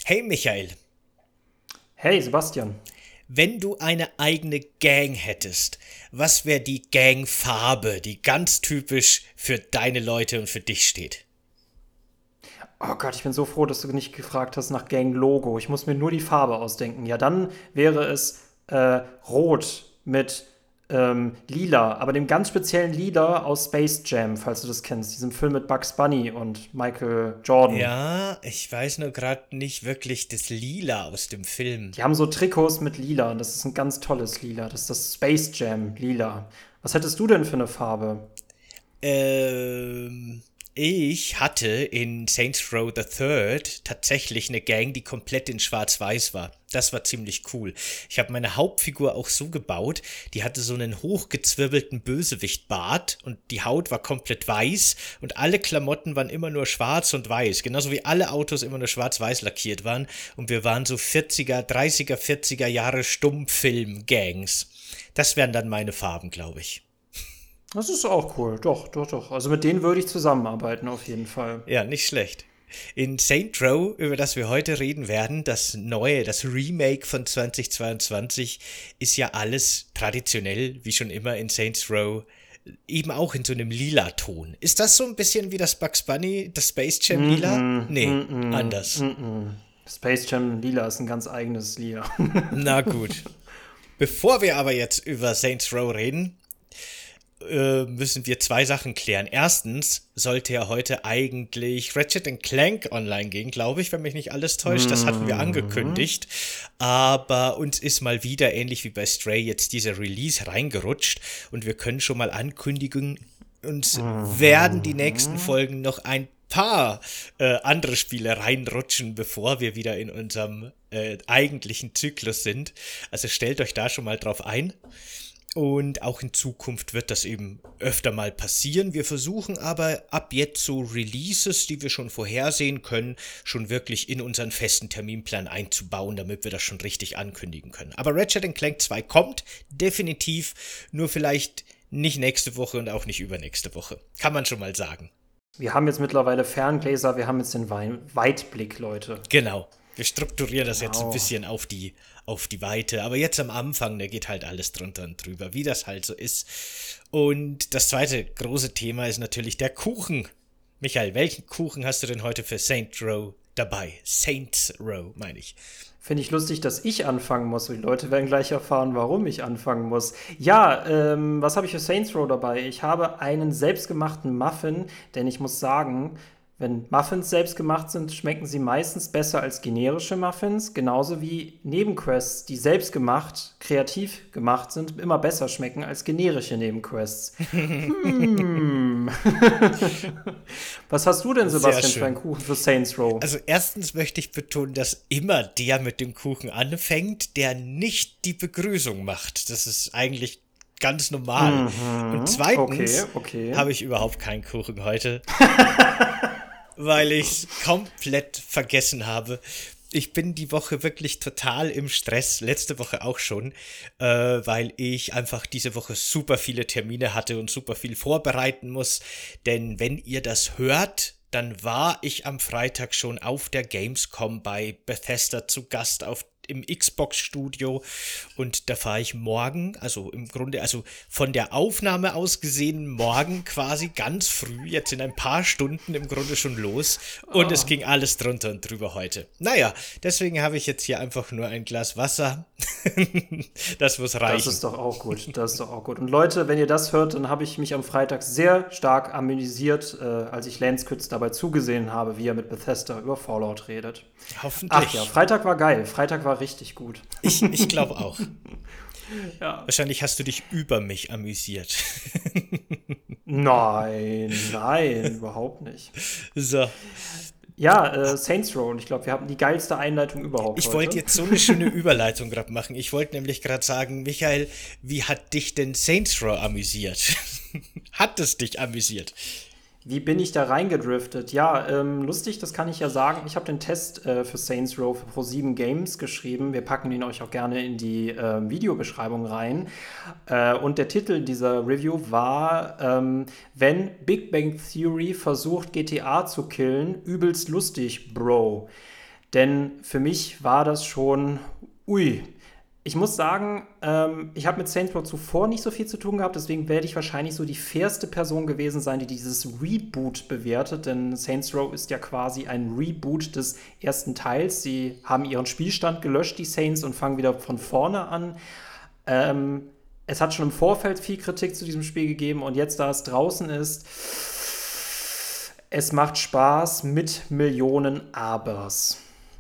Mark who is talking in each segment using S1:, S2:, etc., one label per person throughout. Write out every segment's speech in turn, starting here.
S1: Hey Michael,
S2: Hey Sebastian,
S1: wenn du eine eigene Gang hättest, was wäre die Gangfarbe, die ganz typisch für deine Leute und für dich steht?
S2: oh Gott, ich bin so froh, dass du nicht gefragt hast nach Gang-Logo. Ich muss mir nur die Farbe ausdenken. Ja, dann wäre es rot mit lila, aber dem ganz speziellen Lila aus Space Jam, falls du das kennst, diesem Film mit Bugs Bunny und Michael Jordan.
S1: Ja, ich weiß nur gerade nicht wirklich das Lila aus dem Film.
S2: Die haben so Trikots mit lila und das ist ein ganz tolles Lila. Das ist das Space Jam Lila. Was hättest du denn für eine Farbe?
S1: Ähm, Ich hatte in Saints Row the Third tatsächlich eine Gang, die komplett in Schwarz-Weiß war. Das war ziemlich cool. Ich habe meine Hauptfigur auch so gebaut, die hatte so einen hochgezwirbelten Bösewichtbart und die Haut war komplett weiß und alle Klamotten waren immer nur schwarz und weiß, genauso wie alle Autos immer nur schwarz-weiß lackiert waren und wir waren so 40er, 30er, 40er Jahre Stummfilm-Gangs. Das wären dann meine Farben, glaube ich.
S2: Das ist auch cool. Doch, doch, doch. Also mit denen würde ich zusammenarbeiten, auf jeden Fall.
S1: Ja, nicht schlecht. In Saint Row, über das wir heute reden werden, das neue, das Remake von 2022, ist ja alles traditionell, wie schon immer in Saints Row, eben auch in so einem lila Ton. Ist das so ein bisschen wie das Bugs Bunny, das Space Jam lila?
S2: Mm-mm,
S1: Nee,
S2: mm-mm,
S1: anders.
S2: mm-mm. Space Jam Lila ist ein ganz eigenes Lila.
S1: Na gut. Bevor wir aber jetzt über Saints Row reden, müssen wir zwei Sachen klären. Erstens sollte ja heute eigentlich Ratchet Clank online gehen, glaube ich, wenn mich nicht alles täuscht. Das hatten wir angekündigt. Aber uns ist mal wieder, ähnlich wie bei Stray, jetzt dieser Release reingerutscht. Und wir können schon mal ankündigen, uns werden die nächsten Folgen noch ein paar andere Spiele reinrutschen, bevor wir wieder in unserem eigentlichen Zyklus sind. Also stellt euch da schon mal drauf ein. Und auch in Zukunft wird das eben öfter mal passieren. Wir versuchen aber ab jetzt so Releases, die wir schon vorhersehen können, schon wirklich in unseren festen Terminplan einzubauen, damit wir das schon richtig ankündigen können. Aber Ratchet Clank 2 kommt definitiv, nur vielleicht nicht nächste Woche und auch nicht übernächste Woche. Kann man schon mal sagen.
S2: Wir haben jetzt mittlerweile Ferngläser, wir haben jetzt den Weitblick, Leute.
S1: Genau. Wir strukturieren das jetzt ein
S2: Genau.
S1: bisschen auf die Weite. Aber jetzt am Anfang, da geht halt alles drunter und drüber, wie das halt so ist. Und das zweite große Thema ist natürlich der Kuchen. Michael, welchen Kuchen hast du denn heute für Saint Row dabei? Saints Row, meine ich.
S2: Finde ich lustig, dass ich anfangen muss. Die Leute werden gleich erfahren, warum ich anfangen muss. Ja, was habe ich für Saints Row dabei? Ich habe einen selbstgemachten Muffin, denn ich muss sagen, wenn Muffins selbst gemacht sind, schmecken sie meistens besser als generische Muffins. Genauso wie Nebenquests, die selbst gemacht, kreativ gemacht sind, immer besser schmecken als generische Nebenquests. Hm. Was hast du denn,
S1: Sehr
S2: Sebastian, für einen
S1: schön.
S2: Kuchen für Saints Row?
S1: Also erstens möchte ich betonen, dass immer der mit dem Kuchen anfängt, der nicht die Begrüßung macht. Das ist eigentlich ganz normal. Und
S2: Mhm. Okay,
S1: zweitens
S2: okay.
S1: habe ich überhaupt keinen Kuchen heute, weil ich es komplett vergessen habe. Ich bin die Woche wirklich total im Stress, letzte Woche auch schon, weil ich einfach diese Woche super viele Termine hatte und super viel vorbereiten muss. Denn wenn ihr das hört, dann war ich am Freitag schon auf der Gamescom bei Bethesda zu Gast im Xbox-Studio und da fahre ich morgen, also im Grunde, also von der Aufnahme aus gesehen, morgen quasi ganz früh, jetzt in ein paar Stunden im Grunde schon los und es ging alles drunter und drüber heute. Naja, deswegen habe ich jetzt hier einfach nur ein Glas Wasser. Das muss
S2: Das
S1: reichen.
S2: ist doch auch gut. Das ist doch auch gut. Und Leute, wenn ihr das hört, dann habe ich mich am Freitag sehr stark amüsiert, als ich Lance Kütz dabei zugesehen habe, wie er mit Bethesda über Fallout redet. Ach ja,
S1: Hoffentlich.
S2: Freitag war geil. Freitag war richtig gut.
S1: Ich glaube auch.
S2: Ja.
S1: Wahrscheinlich hast du dich über mich amüsiert.
S2: Nein, nein, überhaupt nicht.
S1: So,
S2: Ja, Saints Row. Und ich glaube, wir haben die geilste Einleitung überhaupt
S1: ich wollte
S2: heute.
S1: jetzt so eine schöne Überleitung gerade machen. Ich wollte nämlich gerade sagen, Michael, wie hat dich denn Saints Row amüsiert? Hat es dich amüsiert?
S2: Wie bin ich da reingedriftet? Ja, lustig, das kann ich ja sagen. Ich habe den Test für Saints Row für Pro7 Games geschrieben. Wir packen den euch auch gerne in die Videobeschreibung rein. Und der Titel dieser Review war, wenn Big Bang Theory versucht, GTA zu killen, übelst lustig, Bro. Denn für mich war das schon, ui. Ich muss sagen, ich habe mit Saints Row zuvor nicht so viel zu tun gehabt, deswegen werde ich wahrscheinlich so die fairste Person gewesen sein, die dieses Reboot bewertet, denn Saints Row ist ja quasi ein Reboot des ersten Teils. Sie haben ihren Spielstand gelöscht, die Saints, und fangen wieder von vorne an. Es hat schon im Vorfeld viel Kritik zu diesem Spiel gegeben und jetzt, da es draußen ist, es macht Spaß mit Millionen Abers.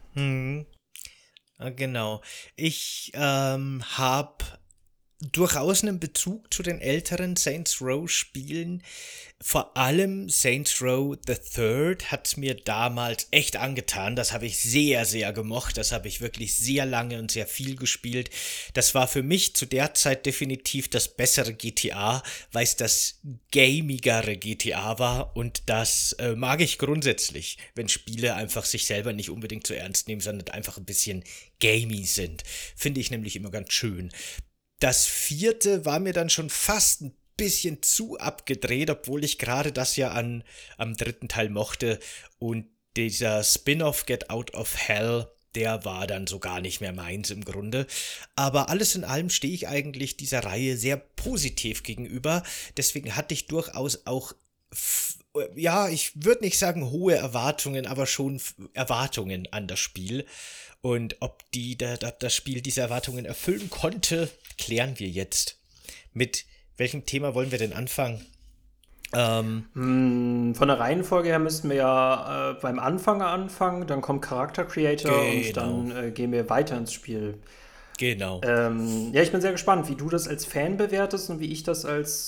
S1: Genau. Ich habe durchaus einen Bezug zu den älteren Saints Row Spielen. Vor allem Saints Row the Third hat mir damals echt angetan. Das habe ich sehr, sehr gemocht. Das habe ich wirklich sehr lange und sehr viel gespielt. Das war für mich zu der Zeit definitiv das bessere GTA, weil es das gamigere GTA war, und das mag ich grundsätzlich, wenn Spiele einfach sich selber nicht unbedingt zu ernst nehmen, sondern einfach ein bisschen gamey sind. Finde ich nämlich immer ganz schön. Das vierte war mir dann schon fast ein bisschen zu abgedreht, obwohl ich gerade das ja am dritten Teil mochte, und dieser Spin-off Get Out of Hell, der war dann so gar nicht mehr meins im Grunde. Aber alles in allem stehe ich eigentlich dieser Reihe sehr positiv gegenüber. Deswegen hatte ich durchaus auch, ja, ich würde nicht sagen hohe Erwartungen, aber schon Erwartungen an das Spiel. Und ob das Spiel diese Erwartungen erfüllen konnte, klären wir jetzt. Mit welchem Thema wollen wir denn anfangen?
S2: Von der Reihenfolge her müssten wir ja beim Anfänger anfangen, dann kommt Character Creator und dann gehen wir weiter ins Spiel.
S1: Genau.
S2: Ja, ich bin sehr gespannt, wie du das als Fan bewertest und wie ich das als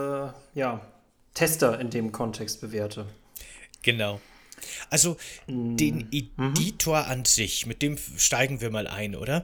S2: Tester in dem Kontext bewerte.
S1: Genau. Also den Editor an sich, mit dem steigen wir mal ein, oder?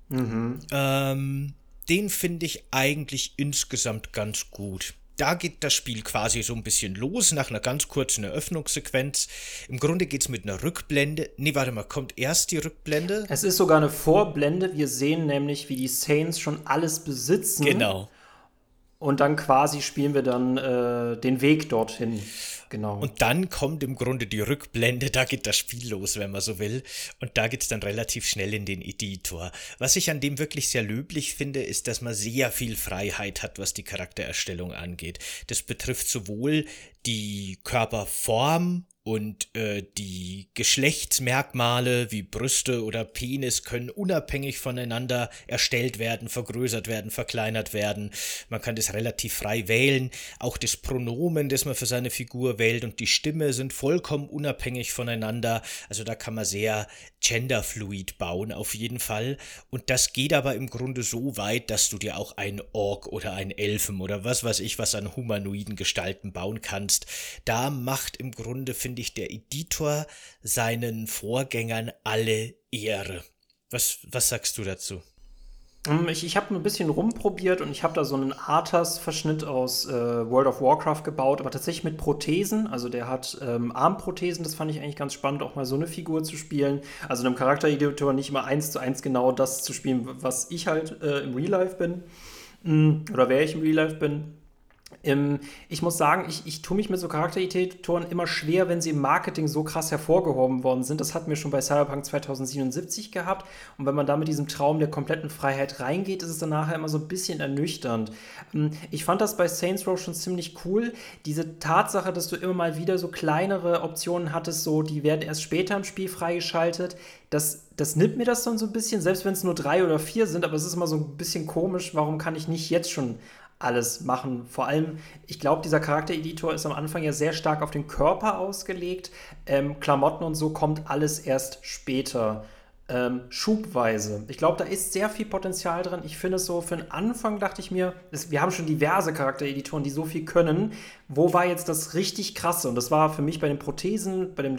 S1: Den finde ich eigentlich insgesamt ganz gut. Da geht das Spiel quasi so ein bisschen los, nach einer ganz kurzen Eröffnungssequenz. Im Grunde geht's mit einer Rückblende. Nee, warte mal, kommt erst die Rückblende?
S2: Es ist sogar eine Vorblende. Wir sehen nämlich, wie die Saints schon alles besitzen.
S1: Genau.
S2: Und dann quasi spielen wir dann den Weg dorthin. Genau.
S1: Und dann kommt im Grunde die Rückblende, da geht das Spiel los, wenn man so will. Und da geht's dann relativ schnell in den Editor. Was ich an dem wirklich sehr löblich finde, ist, dass man sehr viel Freiheit hat, was die Charaktererstellung angeht. Das betrifft sowohl die Körperform und die Geschlechtsmerkmale wie Brüste oder Penis können unabhängig voneinander erstellt werden, vergrößert werden, verkleinert werden. Man kann das relativ frei wählen. Auch das Pronomen, das man für seine Figur wählt, und die Stimme sind vollkommen unabhängig voneinander. Also da kann man sehr genderfluid bauen, auf jeden Fall. Und das geht aber im Grunde so weit, dass du dir auch einen Ork oder einen Elfen oder was weiß ich was an humanoiden Gestalten bauen kannst. Da macht im Grunde, finde ich, der Editor seinen Vorgängern alle Ehre. Was sagst du dazu?
S2: Ich habe ein bisschen rumprobiert und ich habe da so einen Arthas-Verschnitt aus World of Warcraft gebaut, aber tatsächlich mit Prothesen. Also der hat Armprothesen, das fand ich eigentlich ganz spannend, auch mal so eine Figur zu spielen. Also in einem Charaktereditor nicht immer 1:1 genau das zu spielen, was ich halt im Real Life bin. Oder wer ich im Real Life bin. Ich muss sagen, ich tue mich mit so Charaktereditoren immer schwer, wenn sie im Marketing so krass hervorgehoben worden sind. Das hatten wir schon bei Cyberpunk 2077 gehabt. Und wenn man da mit diesem Traum der kompletten Freiheit reingeht, ist es dann nachher immer so ein bisschen ernüchternd. Ich fand das bei Saints Row schon ziemlich cool. Diese Tatsache, dass du immer mal wieder so kleinere Optionen hattest, so die werden erst später im Spiel freigeschaltet. Das nimmt mir das dann so ein bisschen, selbst wenn es nur 3 oder 4 sind, aber es ist immer so ein bisschen komisch, warum kann ich nicht jetzt schon alles machen? Vor allem, ich glaube, dieser Charaktereditor ist am Anfang ja sehr stark auf den Körper ausgelegt. Klamotten und so kommt alles erst später. Schubweise. Ich glaube, da ist sehr viel Potenzial drin. Ich finde es so, für den Anfang dachte ich mir, wir haben schon diverse Charaktereditoren, die so viel können. Wo war jetzt das richtig Krasse? Und das war für mich bei den Prothesen, bei den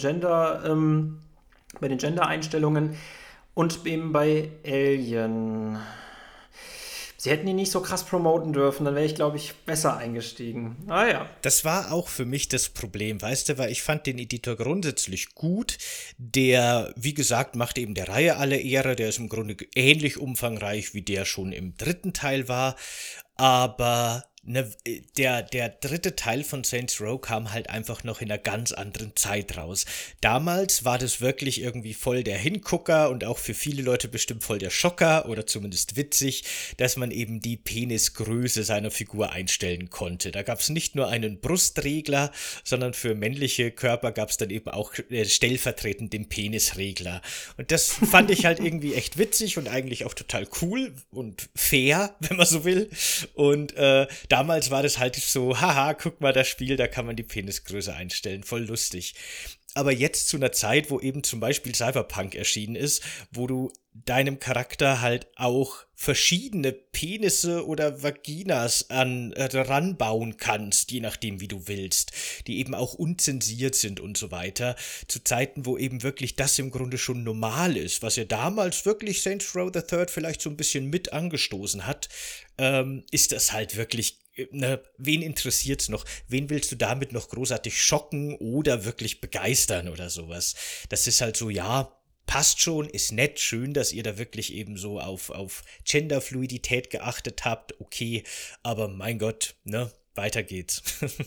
S2: Gender-Einstellungen und eben bei Alien. Sie hätten ihn nicht so krass promoten dürfen, dann wäre ich, glaube ich, besser eingestiegen. Ah ja.
S1: Das war auch für mich das Problem, weißt du, weil ich fand den Editor grundsätzlich gut. Der, wie gesagt, macht eben der Reihe alle Ehre. Der ist im Grunde ähnlich umfangreich, wie der schon im dritten Teil war. Aber Ne, der dritte Teil von Saints Row kam halt einfach noch in einer ganz anderen Zeit raus. Damals war das wirklich irgendwie voll der Hingucker und auch für viele Leute bestimmt voll der Schocker oder zumindest witzig, dass man eben die Penisgröße seiner Figur einstellen konnte. Da gab es nicht nur einen Brustregler, sondern für männliche Körper gab es dann eben auch stellvertretend den Penisregler. Und das fand ich halt irgendwie echt witzig und eigentlich auch total cool und fair, wenn man so will. Und damals war das halt so, haha, guck mal das Spiel, da kann man die Penisgröße einstellen, voll lustig. Aber jetzt zu einer Zeit, wo eben zum Beispiel Cyberpunk erschienen ist, wo du deinem Charakter halt auch verschiedene Penisse oder Vaginas ranbauen kannst, je nachdem, wie du willst, die eben auch unzensiert sind und so weiter, zu Zeiten, wo eben wirklich das im Grunde schon normal ist, was ja damals wirklich Saints Row the Third vielleicht so ein bisschen mit angestoßen hat, ist das halt wirklich, ne, wen interessiert's noch? Wen willst du damit noch großartig schocken oder wirklich begeistern oder sowas? Das ist halt so, ja, passt schon, ist nett, schön, dass ihr da wirklich eben so auf Genderfluidität geachtet habt, okay, aber mein Gott, ne, weiter geht's.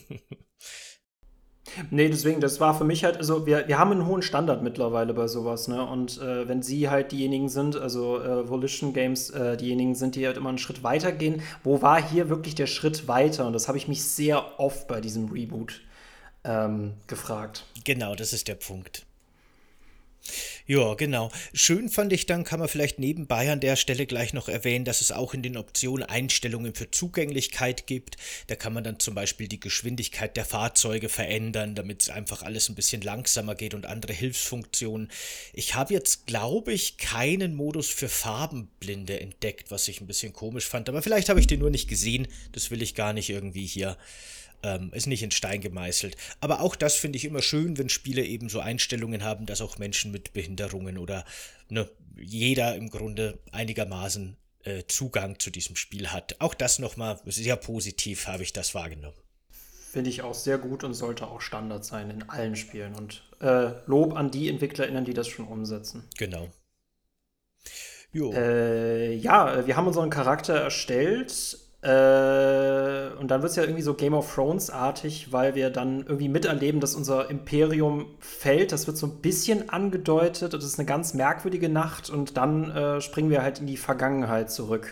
S2: Nee, deswegen, das war für mich halt, also wir haben einen hohen Standard mittlerweile bei sowas, ne? Und wenn sie halt diejenigen sind, also Volition Games, diejenigen sind, die halt immer einen Schritt weiter gehen, wo war hier wirklich der Schritt weiter? Und das habe ich mich sehr oft bei diesem Reboot gefragt.
S1: Genau, das ist der Punkt. Ja, genau. Schön fand ich dann, kann man vielleicht nebenbei an der Stelle gleich noch erwähnen, dass es auch in den Optionen Einstellungen für Zugänglichkeit gibt. Da kann man dann zum Beispiel die Geschwindigkeit der Fahrzeuge verändern, damit es einfach alles ein bisschen langsamer geht und andere Hilfsfunktionen. Ich habe jetzt, glaube ich, keinen Modus für Farbenblinde entdeckt, was ich ein bisschen komisch fand. Aber vielleicht habe ich den nur nicht gesehen. Das will ich gar nicht irgendwie hier. Ist nicht in Stein gemeißelt. Aber auch das finde ich immer schön, wenn Spiele eben so Einstellungen haben, dass auch Menschen mit Behinderungen oder ne, jeder im Grunde einigermaßen Zugang zu diesem Spiel hat. Auch das nochmal sehr positiv habe ich das wahrgenommen.
S2: Finde ich auch sehr gut und sollte auch Standard sein in allen Spielen. Und Lob an die EntwicklerInnen, die das schon umsetzen.
S1: Genau. Jo.
S2: Ja, wir haben unseren Charakter erstellt. Und dann wird es ja irgendwie so Game of Thrones-artig, weil wir dann irgendwie miterleben, dass unser Imperium fällt. Das wird so ein bisschen angedeutet. Das ist eine ganz merkwürdige Nacht. Und dann springen wir halt in die Vergangenheit zurück.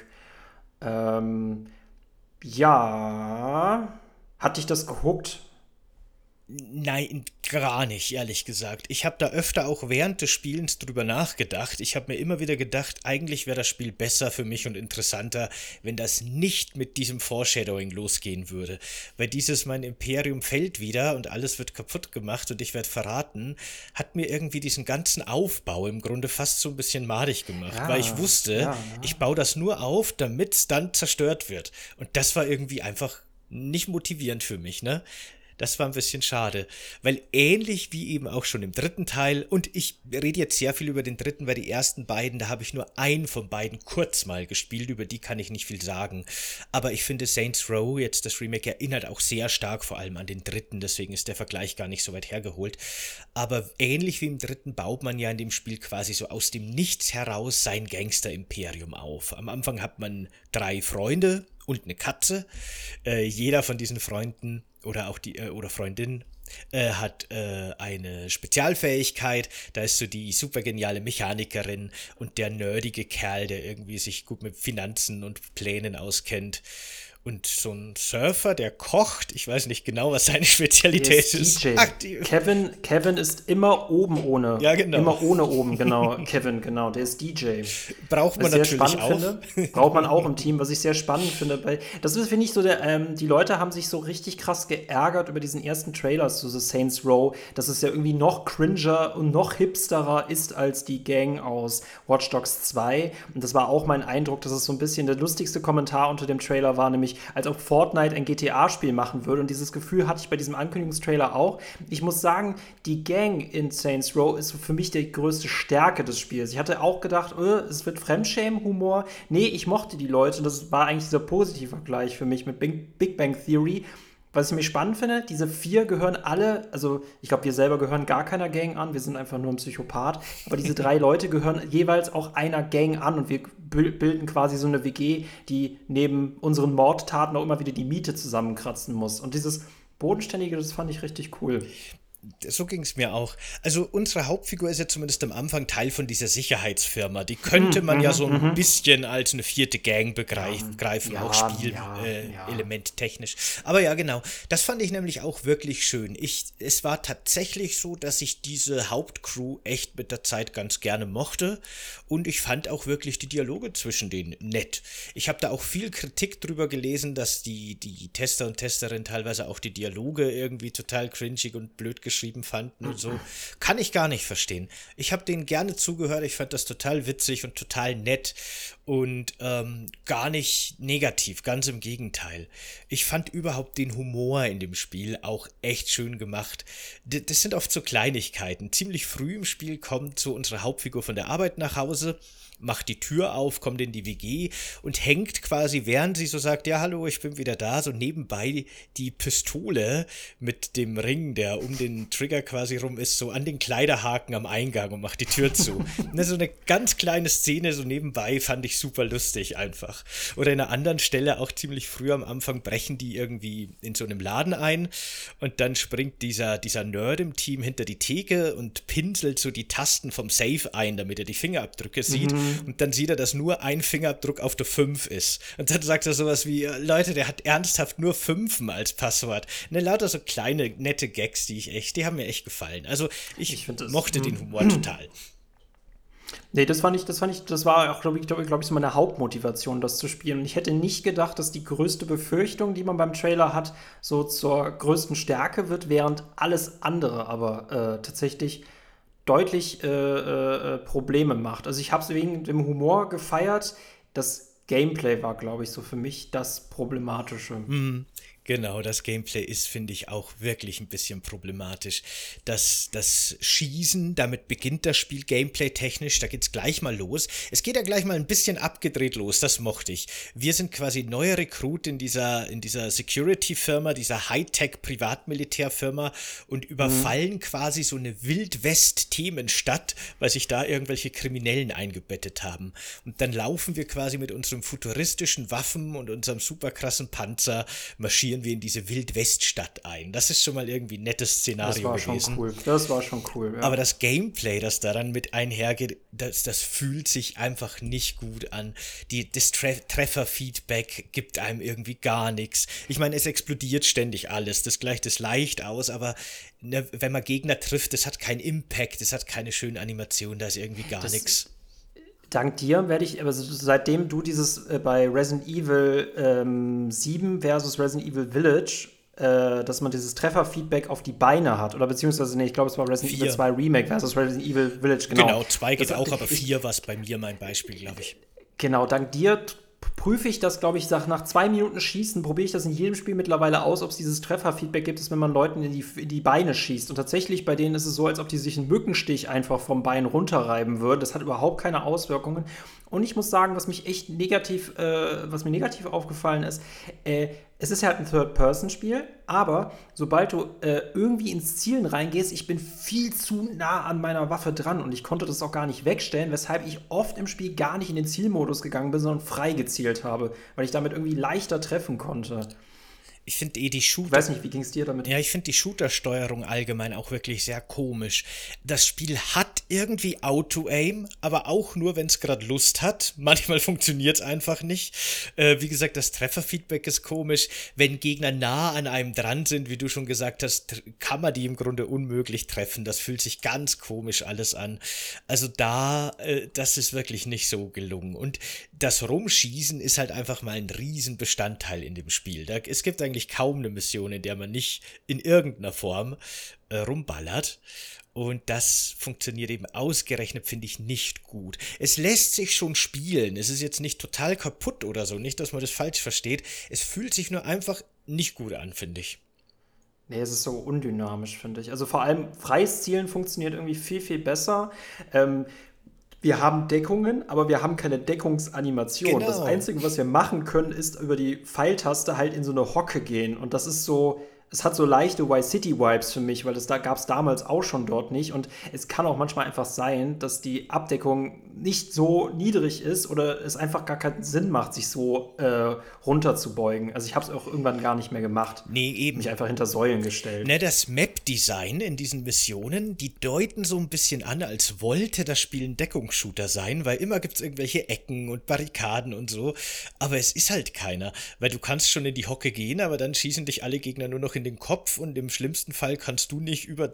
S2: Ja. Hat dich das gehuckt?
S1: Nein, gar nicht, ehrlich gesagt. Ich habe da öfter auch während des Spielens drüber nachgedacht. Ich habe mir immer wieder gedacht, eigentlich wäre das Spiel besser für mich und interessanter, wenn das nicht mit diesem Foreshadowing losgehen würde. Weil dieses mein Imperium fällt wieder und alles wird kaputt gemacht und ich werde verraten, hat mir irgendwie diesen ganzen Aufbau im Grunde fast so ein bisschen madig gemacht.
S2: Ja,
S1: weil ich wusste, ich baue das nur auf, damit es dann zerstört wird. Und das war irgendwie einfach nicht motivierend für mich, ne? Das war ein bisschen schade, weil ähnlich wie eben auch schon im dritten Teil, und ich rede jetzt sehr viel über den dritten, weil die ersten beiden, da habe ich nur einen von beiden kurz mal gespielt, über die kann ich nicht viel sagen, aber ich finde Saints Row, jetzt das Remake, erinnert auch sehr stark vor allem an den dritten, deswegen ist der Vergleich gar nicht so weit hergeholt, aber ähnlich wie im dritten baut man ja in dem Spiel quasi so aus dem Nichts heraus sein Gangster-Imperium auf. Am Anfang hat man 3 Freunde und eine Katze, jeder von diesen Freunden oder auch die oder Freundin hat eine Spezialfähigkeit. Da ist so die super geniale Mechanikerin und der nerdige Kerl, der irgendwie sich gut mit Finanzen und Plänen auskennt. Und so ein Surfer, der kocht. Ich weiß nicht genau, was seine Spezialität ist.
S2: DJ. Kevin ist immer oben ohne.
S1: Ja, genau.
S2: Immer ohne oben, genau. Kevin, genau. Der ist DJ.
S1: Braucht man natürlich auch.
S2: Braucht man auch im Team, was ich sehr spannend finde. Weil das ist, finde ich, so die Leute haben sich so richtig krass geärgert über diesen ersten Trailer zu The Saints Row, dass es ja irgendwie noch cringer und noch hipsterer ist als die Gang aus Watch Dogs 2. Und das war auch mein Eindruck, dass es so ein bisschen der lustigste Kommentar unter dem Trailer war, nämlich als ob Fortnite ein GTA-Spiel machen würde. Und dieses Gefühl hatte ich bei diesem Ankündigungstrailer auch. Ich muss sagen, die Gang in Saints Row ist für mich die größte Stärke des Spiels. Ich hatte auch gedacht, es wird Fremdschämen-Humor. Nee, ich mochte die Leute. Und das war eigentlich dieser positive Vergleich für mich mit Big Bang Theory, was ich nämlich spannend finde, diese 4 gehören alle, also ich glaube, wir selber gehören gar keiner Gang an, wir sind einfach nur ein Psychopath, aber diese 3 Leute gehören jeweils auch einer Gang an und wir bilden quasi so eine WG, die neben unseren Mordtaten auch immer wieder die Miete zusammenkratzen muss. Und dieses Bodenständige, das fand ich richtig cool.
S1: So ging es mir auch. Also unsere Hauptfigur ist ja zumindest am Anfang Teil von dieser Sicherheitsfirma. Die könnte man ja so ein bisschen als eine 4. Gang begreifen,
S2: Ja,
S1: auch
S2: ja.
S1: Spielelementtechnisch. Technisch. Aber ja, genau. Das fand ich nämlich auch wirklich schön. Es war tatsächlich so, dass ich diese Hauptcrew echt mit der Zeit ganz gerne mochte. Und ich fand auch wirklich die Dialoge zwischen denen nett. Ich habe da auch viel Kritik drüber gelesen, dass die Tester und Testerinnen teilweise auch die Dialoge irgendwie total cringig und blöd geschrieben fanden und so. Kann ich gar nicht verstehen. Ich habe denen gerne zugehört, ich fand das total witzig und total nett und gar nicht negativ, ganz im Gegenteil. Ich fand überhaupt den Humor in dem Spiel auch echt schön gemacht. Das sind oft so Kleinigkeiten. Ziemlich früh im Spiel kommt so unsere Hauptfigur von der Arbeit nach Hause, macht die Tür auf, kommt in die WG und hängt quasi, während sie so sagt, ja, hallo, ich bin wieder da, so nebenbei die Pistole mit dem Ring, der um den Trigger quasi rum ist, so an den Kleiderhaken am Eingang und macht die Tür zu. So eine ganz kleine Szene, so nebenbei, fand ich super lustig einfach. Oder in einer anderen Stelle, auch ziemlich früh am Anfang, brechen die irgendwie in so einem Laden ein und dann springt dieser Nerd im Team hinter die Theke und pinselt so die Tasten vom Safe ein, damit er die Fingerabdrücke sieht. Und dann sieht er, dass nur ein Fingerabdruck auf der 5 ist. Und dann sagt er sowas wie, Leute, der hat ernsthaft nur 5 als Passwort. Ne, lauter so kleine, nette Gags, die haben mir echt gefallen. Also ich mochte den Humor total.
S2: Nee, das war auch, glaube ich, so meine Hauptmotivation, das zu spielen. Und ich hätte nicht gedacht, dass die größte Befürchtung, die man beim Trailer hat, so zur größten Stärke wird, während alles andere aber tatsächlich deutlich Probleme macht. Also ich habe es wegen dem Humor gefeiert. Das Gameplay war, glaube ich, so für mich das Problematische.
S1: Genau, das Gameplay ist, finde ich, auch wirklich ein bisschen problematisch. Das Schießen, damit beginnt das Spiel gameplay-technisch, da geht's gleich mal los. Es geht ja gleich mal ein bisschen abgedreht los, das mochte ich. Wir sind quasi neue Rekrut in dieser Security-Firma, dieser Hightech-Privatmilitärfirma und überfallen quasi so eine Wild-West-Themenstadt, weil sich da irgendwelche Kriminellen eingebettet haben. Und dann laufen wir quasi mit unserem futuristischen Waffen und unserem super krassen Panzer, marschieren wir in diese Wild-West-Stadt ein. Das ist schon mal irgendwie ein nettes Szenario gewesen.
S2: Das war schon cool. Ja.
S1: Aber das Gameplay, das daran mit einhergeht, das fühlt sich einfach nicht gut an. Das Trefferfeedback gibt einem irgendwie gar nichts. Ich meine, es explodiert ständig alles. Das gleicht es leicht aus, aber ne, wenn man Gegner trifft, das hat keinen Impact, das hat keine schöne Animation, da ist irgendwie gar nichts.
S2: Dank dir werde ich, also seitdem du dieses bei Resident Evil 7 versus Resident Evil Village, dass man dieses Trefferfeedback auf die Beine hat, oder beziehungsweise, nee, ich glaube, es war Resident Evil 2 Remake versus Resident Evil Village, genau.
S1: Genau, 2 geht auch, aber 4 war es bei mir mein Beispiel, glaube ich.
S2: Genau, dank dir prüfe ich das, glaube ich, nach 2 Minuten Schießen, probiere ich das in jedem Spiel mittlerweile aus, ob es dieses Trefferfeedback gibt, ist, wenn man Leuten in die Beine schießt. Und tatsächlich, bei denen ist es so, als ob die sich einen Mückenstich einfach vom Bein runterreiben würden. Das hat überhaupt keine Auswirkungen. Und ich muss sagen, was mir negativ aufgefallen ist, es ist ja halt ein Third-Person-Spiel, aber sobald du irgendwie ins Zielen reingehst, ich bin viel zu nah an meiner Waffe dran und ich konnte das auch gar nicht wegstellen, weshalb ich oft im Spiel gar nicht in den Zielmodus gegangen bin, sondern frei gezielt habe, weil ich damit irgendwie leichter treffen konnte.
S1: Ich finde die Shooter.
S2: Ich weiß nicht, wie ging es dir damit?
S1: Ja, ich finde die Shooter-Steuerung allgemein auch wirklich sehr komisch. Das Spiel hat irgendwie Auto-Aim, aber auch nur, wenn es gerade Lust hat. Manchmal funktioniert es einfach nicht. Wie gesagt, das Trefferfeedback ist komisch. Wenn Gegner nah an einem dran sind, wie du schon gesagt hast, kann man die im Grunde unmöglich treffen. Das fühlt sich ganz komisch alles an. Also das ist wirklich nicht so gelungen. Und das Rumschießen ist halt einfach mal ein Riesenbestandteil in dem Spiel. Es gibt eigentlich kaum eine Mission, in der man nicht in irgendeiner Form rumballert. Und das funktioniert eben ausgerechnet, finde ich, nicht gut. Es lässt sich schon spielen. Es ist jetzt nicht total kaputt oder so. Nicht, dass man das falsch versteht. Es fühlt sich nur einfach nicht gut an, finde ich.
S2: Nee, es ist so undynamisch, finde ich. Also vor allem freies Zielen funktioniert irgendwie viel, viel besser. Wir haben Deckungen, aber wir haben keine Deckungsanimation. Das
S1: Genau.
S2: Einzige, was wir machen können, ist über die Pfeiltaste halt in so eine Hocke gehen. Und das ist so, es hat so leichte Vice City-Vibes für mich, weil das da gab es damals auch schon dort nicht. Und es kann auch manchmal einfach sein, dass die Abdeckung nicht so niedrig ist oder es einfach gar keinen Sinn macht, sich so runterzubeugen. Also ich habe es auch irgendwann gar nicht mehr gemacht.
S1: Nee,
S2: Mich
S1: eben.
S2: einfach hinter Säulen gestellt.
S1: Ne, das Map-Design in diesen Missionen, die deuten so ein bisschen an, als wollte das Spiel ein Deckungsshooter sein, weil immer gibt's irgendwelche Ecken und Barrikaden und so. Aber es ist halt keiner, weil du kannst schon in die Hocke gehen, aber dann schießen dich alle Gegner nur noch in den Kopf und im schlimmsten Fall kannst du nicht über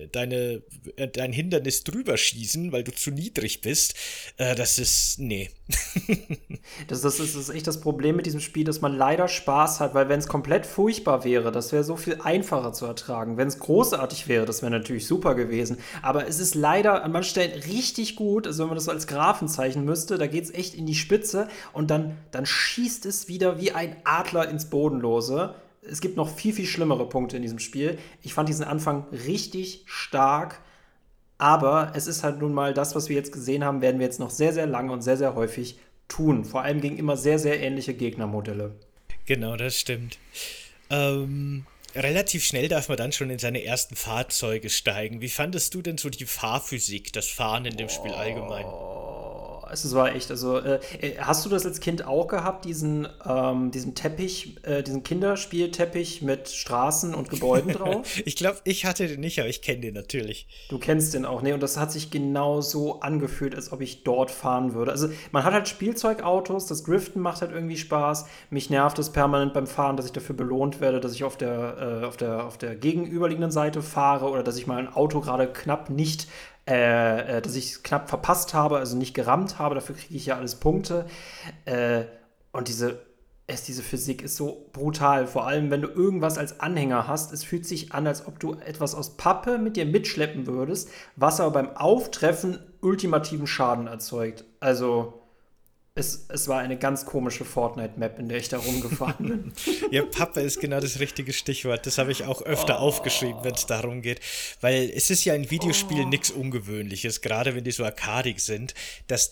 S1: dein Hindernis drüber schießen, weil du zu niedrig bist. Das ist, nee.
S2: Das ist echt das Problem mit diesem Spiel, dass man leider Spaß hat, weil wenn es komplett furchtbar wäre, das wäre so viel einfacher zu ertragen. Wenn es großartig wäre, das wäre natürlich super gewesen. Aber es ist leider an manchen Stellen richtig gut, also wenn man das so als Graphen zeichnen müsste, da geht es echt in die Spitze und dann schießt es wieder wie ein Adler ins Bodenlose. Es gibt noch viel, viel schlimmere Punkte in diesem Spiel. Ich fand diesen Anfang richtig stark. Aber es ist halt nun mal das, was wir jetzt gesehen haben, werden wir jetzt noch sehr, sehr lange und sehr, sehr häufig tun. Vor allem gegen immer sehr, sehr ähnliche Gegnermodelle.
S1: Genau, das stimmt. Relativ schnell darf man dann schon in seine ersten Fahrzeuge steigen. Wie fandest du denn so die Fahrphysik, das Fahren in dem Spiel allgemein?
S2: Es war echt, also hast du das als Kind auch gehabt, diesen Teppich, diesen Kinderspielteppich mit Straßen und Gebäuden drauf?
S1: Ich glaube, ich hatte den nicht, aber ich kenne den natürlich.
S2: Du kennst den auch, ne? Und das hat sich genau so angefühlt, als ob ich dort fahren würde. Also man hat halt Spielzeugautos, das Driften macht halt irgendwie Spaß. Mich nervt es permanent beim Fahren, dass ich dafür belohnt werde, dass ich auf der gegenüberliegenden Seite fahre oder dass ich mal ein Auto gerade knapp nicht, dass ich es knapp verpasst habe, also nicht gerammt habe. Dafür kriege ich ja alles Punkte. Äh, und diese Physik ist so brutal. Vor allem, wenn du irgendwas als Anhänger hast. Es fühlt sich an, als ob du etwas aus Pappe mit dir mitschleppen würdest, was aber beim Auftreffen ultimativen Schaden erzeugt. Also, es war eine ganz komische Fortnite-Map, in der ich da rumgefahren bin.
S1: Ja, Pappe ist genau das richtige Stichwort. Das habe ich auch öfter aufgeschrieben, wenn es darum geht. Weil es ist ja in Videospielen nichts Ungewöhnliches, gerade wenn die so arkadig sind, dass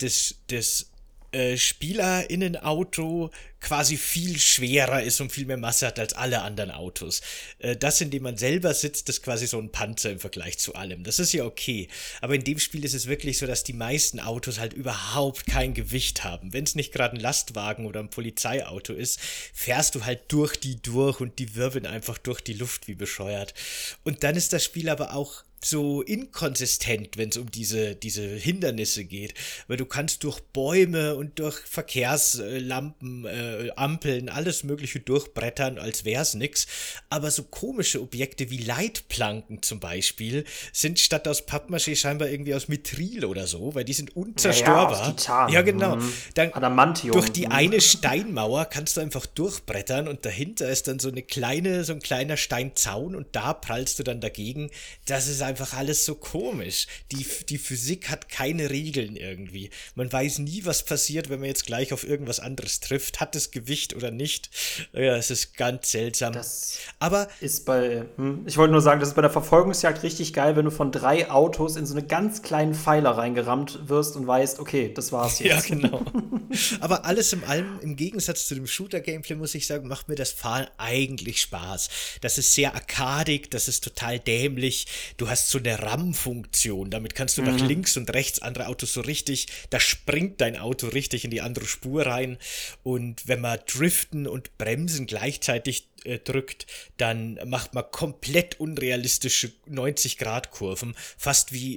S1: das SpielerInnen-Auto quasi viel schwerer ist und viel mehr Masse hat als alle anderen Autos. Das, in dem man selber sitzt, ist quasi so ein Panzer im Vergleich zu allem. Das ist ja okay. Aber in dem Spiel ist es wirklich so, dass die meisten Autos halt überhaupt kein Gewicht haben. Wenn es nicht gerade ein Lastwagen oder ein Polizeiauto ist, fährst du halt durch die durch und die wirbeln einfach durch die Luft wie bescheuert. Und dann ist das Spiel aber auch so inkonsistent, wenn es um diese Hindernisse geht, weil du kannst durch Bäume und durch Verkehrslampen, Ampeln, alles mögliche durchbrettern, als wär's nix, aber so komische Objekte wie Leitplanken zum Beispiel sind statt aus Pappmaché scheinbar irgendwie aus Mithril oder so, weil die sind
S2: Ja, aus
S1: unzerstörbar.
S2: Titan.
S1: Ja, genau. Dann
S2: Adamantium.
S1: durch die eine Steinmauer kannst du einfach durchbrettern und dahinter ist dann so ein kleiner Steinzaun und da prallst du dann dagegen. Das ist einfach alles so komisch. Die Physik hat keine Regeln irgendwie. Man weiß nie, was passiert, wenn man jetzt gleich auf irgendwas anderes trifft. Hat es Gewicht oder nicht? Ja, es ist ganz seltsam.
S2: Das
S1: Aber
S2: ist ich wollte nur sagen, das ist bei der Verfolgungsjagd richtig geil, wenn du von 3 Autos in so eine ganz kleinen Pfeiler reingerammt wirst und weißt, okay, das war's
S1: ja,
S2: jetzt.
S1: genau. Aber alles in allem, im Gegensatz zu dem Shooter-Gameplay, muss ich sagen, macht mir das Fahren eigentlich Spaß. Das ist sehr arkadig, das ist total dämlich. Du hast so eine RAM-Funktion, damit kannst du nach links und rechts andere Autos so richtig, da springt dein Auto richtig in die andere Spur rein. Und wenn man Driften und Bremsen gleichzeitig drückt, dann macht man komplett unrealistische 90-Grad-Kurven, fast wie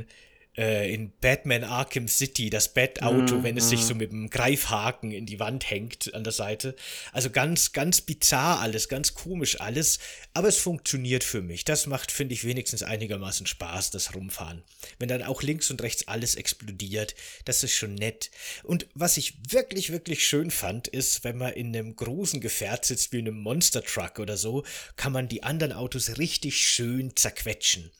S1: in Batman Arkham City, das Bat-Auto, wenn es sich so mit dem Greifhaken in die Wand hängt an der Seite. Also ganz, ganz bizarr alles, ganz komisch alles, aber es funktioniert für mich. Das macht, finde ich, wenigstens einigermaßen Spaß, das Rumfahren. Wenn dann auch links und rechts alles explodiert, das ist schon nett. Und was ich wirklich, wirklich schön fand, ist, wenn man in einem großen Gefährt sitzt, wie in einem Monster Truck oder so, kann man die anderen Autos richtig schön zerquetschen.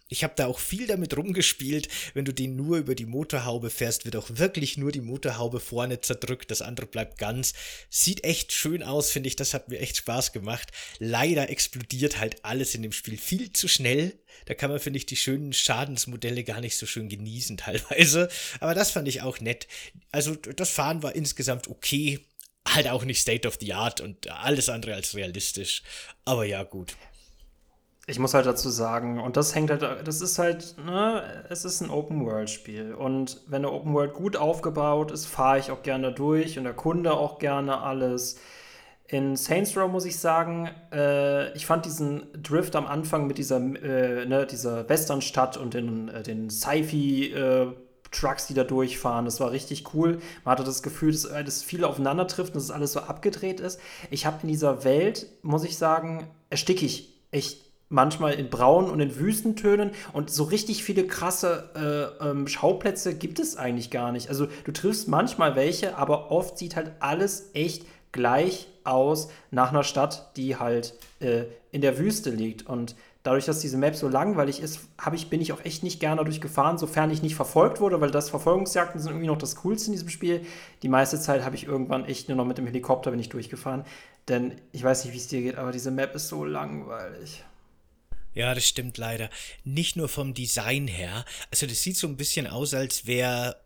S1: Ich habe da auch viel damit rumgespielt. Wenn du den nur über die Motorhaube fährst, wird auch wirklich nur die Motorhaube vorne zerdrückt, das andere bleibt ganz. Sieht echt schön aus, finde ich. Das hat mir echt Spaß gemacht. Leider explodiert halt alles in dem Spiel viel zu schnell. Da kann man, finde ich, die schönen Schadensmodelle gar nicht so schön genießen teilweise. Aber das fand ich auch nett. Also das Fahren war insgesamt okay. Halt auch nicht State of the Art und alles andere als realistisch. Aber ja, gut.
S2: Ich muss halt dazu sagen, und das hängt halt, das ist halt, ne, es ist ein Open-World-Spiel. Und wenn eine Open-World gut aufgebaut ist, fahre ich auch gerne durch und erkunde auch gerne alles. In Saints Row muss ich sagen, ich fand diesen Drift am Anfang mit dieser Westernstadt und den Sci-Fi Trucks, die da durchfahren, das war richtig cool. Man hatte das Gefühl, dass viel aufeinander trifft und dass alles so abgedreht ist. Ich habe in dieser Welt, muss ich sagen, ersticke ich echt manchmal in Braun und in Wüstentönen und so richtig viele krasse Schauplätze gibt es eigentlich gar nicht. Also du triffst manchmal welche, aber oft sieht halt alles echt gleich aus nach einer Stadt, die halt in der Wüste liegt. Und dadurch, dass diese Map so langweilig ist, bin ich auch echt nicht gerne dadurch gefahren, sofern ich nicht verfolgt wurde, weil das Verfolgungsjagden sind irgendwie noch das Coolste in diesem Spiel. Die meiste Zeit habe ich irgendwann echt nur noch mit dem Helikopter bin ich durchgefahren. Denn ich weiß nicht, wie es dir geht, aber diese Map ist so langweilig.
S1: Ja, das stimmt leider. Nicht nur vom Design her. Also das sieht so ein bisschen aus, als wäre,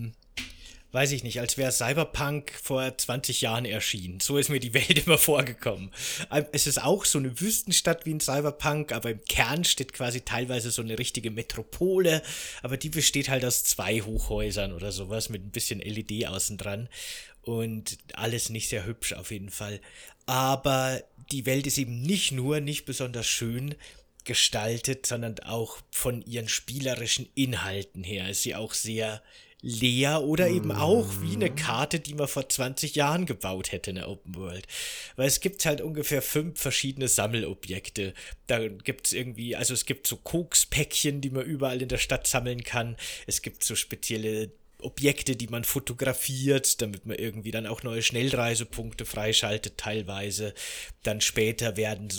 S1: weiß ich nicht, als wäre Cyberpunk vor 20 Jahren erschienen. So ist mir die Welt immer vorgekommen. Es ist auch so eine Wüstenstadt wie in Cyberpunk, aber im Kern steht quasi teilweise so eine richtige Metropole. Aber die besteht halt aus 2 Hochhäusern oder sowas mit ein bisschen LED außen dran. Und alles nicht sehr hübsch auf jeden Fall. Aber die Welt ist eben nicht besonders schön gestaltet, sondern auch von ihren spielerischen Inhalten her ist sie auch sehr leer oder eben auch wie eine Karte, die man vor 20 Jahren gebaut hätte in der Open World. Weil es gibt halt ungefähr 5 verschiedene Sammelobjekte. Da gibt's irgendwie, also es gibt so Kokspäckchen, die man überall in der Stadt sammeln kann. Es gibt so spezielle Objekte, die man fotografiert, damit man irgendwie dann auch neue Schnellreisepunkte freischaltet teilweise. Dann später werden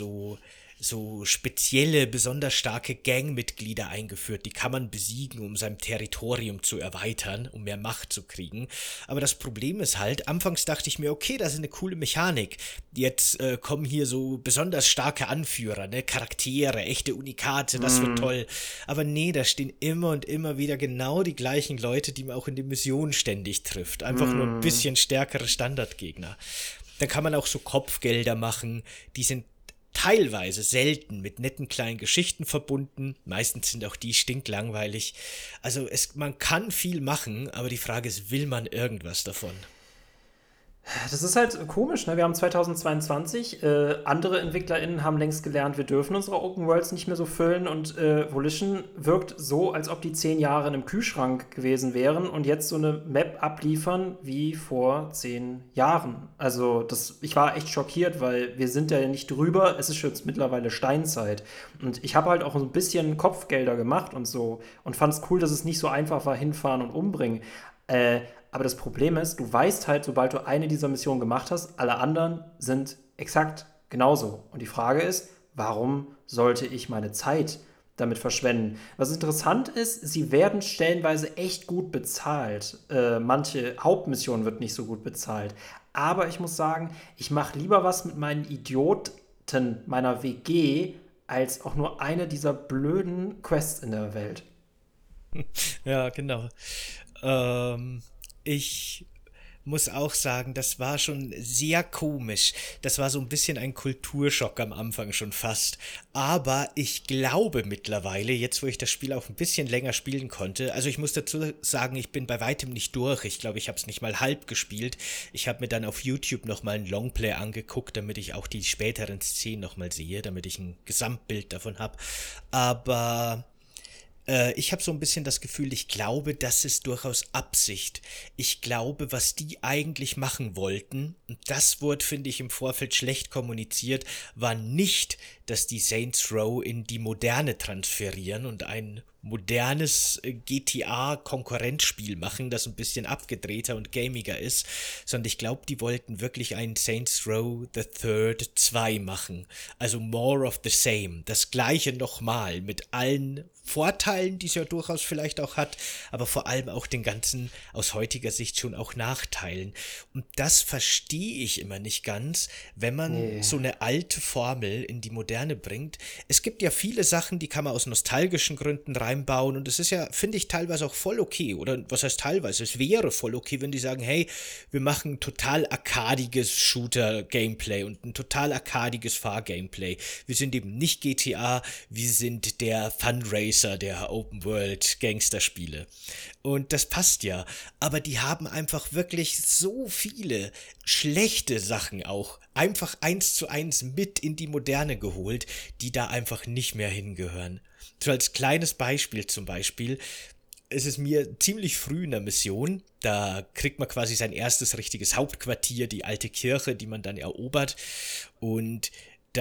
S1: so spezielle, besonders starke Gangmitglieder eingeführt. Die kann man besiegen, um sein Territorium zu erweitern, um mehr Macht zu kriegen. Aber das Problem ist halt, anfangs dachte ich mir, okay, das ist eine coole Mechanik. Jetzt kommen hier so besonders starke Anführer, ne, Charaktere, echte Unikate, das wird toll. Aber nee, da stehen immer und immer wieder genau die gleichen Leute, die man auch in den Missionen ständig trifft. Einfach nur ein bisschen stärkere Standardgegner. Dann kann man auch so Kopfgelder machen, die sind teilweise selten mit netten kleinen Geschichten verbunden. Meistens sind auch die stinklangweilig. Also man kann viel machen, aber die Frage ist, will man irgendwas davon?
S2: Das ist halt komisch, ne? Wir haben 2022, andere EntwicklerInnen haben längst gelernt, wir dürfen unsere Open Worlds nicht mehr so füllen und Volition wirkt so, als ob die 10 Jahre in einem Kühlschrank gewesen wären und jetzt so eine Map abliefern wie vor 10 Jahren. Also ich war echt schockiert, weil wir sind ja nicht drüber, es ist jetzt mittlerweile Steinzeit. Und ich habe halt auch ein bisschen Kopfgelder gemacht und so und fand es cool, dass es nicht so einfach war, hinfahren und umbringen. Aber das Problem ist, du weißt halt, sobald du eine dieser Missionen gemacht hast, alle anderen sind exakt genauso. Und die Frage ist, warum sollte ich meine Zeit damit verschwenden? Was interessant ist, sie werden stellenweise echt gut bezahlt. Manche Hauptmissionen wird nicht so gut bezahlt. Aber ich muss sagen, ich mache lieber was mit meinen Idioten meiner WG, als auch nur eine dieser blöden Quests in der Welt.
S1: Ja, genau. Ich muss auch sagen, das war schon sehr komisch. Das war so ein bisschen ein Kulturschock am Anfang schon fast. Aber ich glaube mittlerweile, jetzt wo ich das Spiel auch ein bisschen länger spielen konnte, also ich muss dazu sagen, ich bin bei weitem nicht durch. Ich glaube, ich habe es nicht mal halb gespielt. Ich habe mir dann auf YouTube nochmal ein Longplay angeguckt, damit ich auch die späteren Szenen nochmal sehe, damit ich ein Gesamtbild davon habe. Aber ich habe so ein bisschen das Gefühl, ich glaube, das ist durchaus Absicht. Ich glaube, was die eigentlich machen wollten, und das wurde, finde ich, im Vorfeld schlecht kommuniziert, war nicht, dass die Saints Row in die Moderne transferieren und ein modernes GTA-Konkurrenzspiel machen, das ein bisschen abgedrehter und gamiger ist, sondern ich glaube, die wollten wirklich ein Saints Row the Third 2 machen. Also more of the same. Das gleiche nochmal mit allen Vorteilen, die es ja durchaus vielleicht auch hat, aber vor allem auch den ganzen, aus heutiger Sicht schon auch Nachteilen. Und das verstehe ich immer nicht ganz, wenn man so eine alte Formel in die Moderne bringt. Es gibt ja viele Sachen, die kann man aus nostalgischen Gründen reinbauen und es ist ja, finde ich, teilweise auch voll okay. Oder was heißt teilweise? Es wäre voll okay, wenn die sagen, hey, wir machen ein total arkadiges Shooter-Gameplay und ein total arkadiges Fahr-Gameplay. Wir sind eben nicht GTA, wir sind der Funracer der Open-World-Gangster-Spiele. Und das passt ja. Aber die haben einfach wirklich so viele schlechte Sachen auch einfach 1:1 mit in die Moderne geholt, die da einfach nicht mehr hingehören. So als kleines Beispiel zum Beispiel, es ist mir ziemlich früh in der Mission, da kriegt man quasi sein erstes richtiges Hauptquartier, die alte Kirche, die man dann erobert und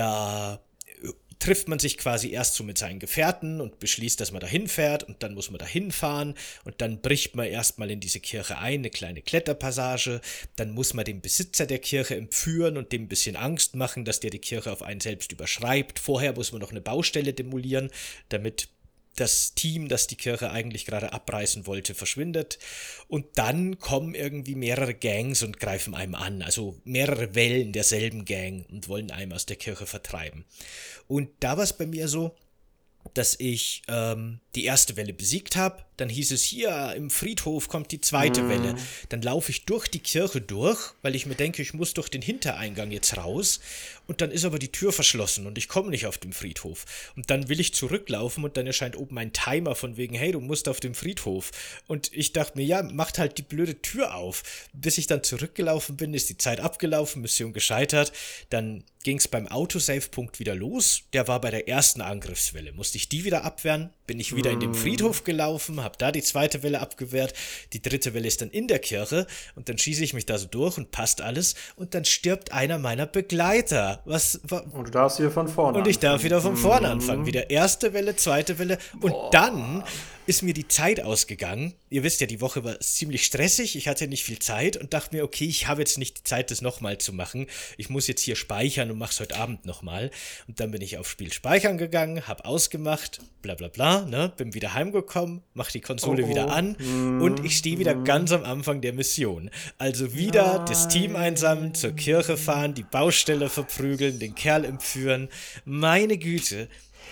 S1: da trifft man sich quasi erst so mit seinen Gefährten und beschließt, dass man da hinfährt und dann muss man da hinfahren und dann bricht man erstmal in diese Kirche ein, eine kleine Kletterpassage, dann muss man den Besitzer der Kirche entführen und dem ein bisschen Angst machen, dass der die Kirche auf einen selbst überschreibt. Vorher muss man noch eine Baustelle demolieren, damit das Team, das die Kirche eigentlich gerade abreißen wollte, verschwindet. Und dann kommen irgendwie mehrere Gangs und greifen einem an. Also mehrere Wellen derselben Gang und wollen einem aus der Kirche vertreiben. Und da war es bei mir so, dass ich die erste Welle besiegt habe. Dann hieß es, hier im Friedhof kommt die zweite Welle. Dann laufe ich durch die Kirche durch, weil ich mir denke, ich muss durch den Hintereingang jetzt raus. Und dann ist aber die Tür verschlossen und ich komme nicht auf den Friedhof. Und dann will ich zurücklaufen und dann erscheint oben ein Timer von wegen, hey, du musst auf den Friedhof. Und ich dachte mir, ja, macht halt die blöde Tür auf. Bis ich dann zurückgelaufen bin, ist die Zeit abgelaufen, Mission gescheitert. Dann ging es beim Autosave-Punkt wieder los. Der war bei der ersten Angriffswelle. Musste ich die wieder abwehren, bin ich wieder in den Friedhof gelaufen, habe da die zweite Welle abgewehrt, die dritte Welle ist dann in der Kirche und dann schieße ich mich da so durch und passt alles und dann stirbt einer meiner Begleiter.
S2: Und du darfst wieder von vorne
S1: anfangen. Und ich darf wieder von vorne anfangen. Wieder erste Welle, zweite Welle und dann ist mir die Zeit ausgegangen. Ihr wisst ja, die Woche war ziemlich stressig, ich hatte nicht viel Zeit und dachte mir, okay, ich habe jetzt nicht die Zeit, das nochmal zu machen. Ich muss jetzt hier speichern und mach's heute Abend nochmal. Und dann bin ich auf Spiel speichern gegangen, hab ausgemacht, bla bla bla, ne? Bin wieder heimgekommen, mach die Konsole wieder an und ich stehe wieder ganz am Anfang der Mission. Also wieder das Team einsammeln, zur Kirche fahren, die Baustelle verprügeln, den Kerl entführen. Meine Güte.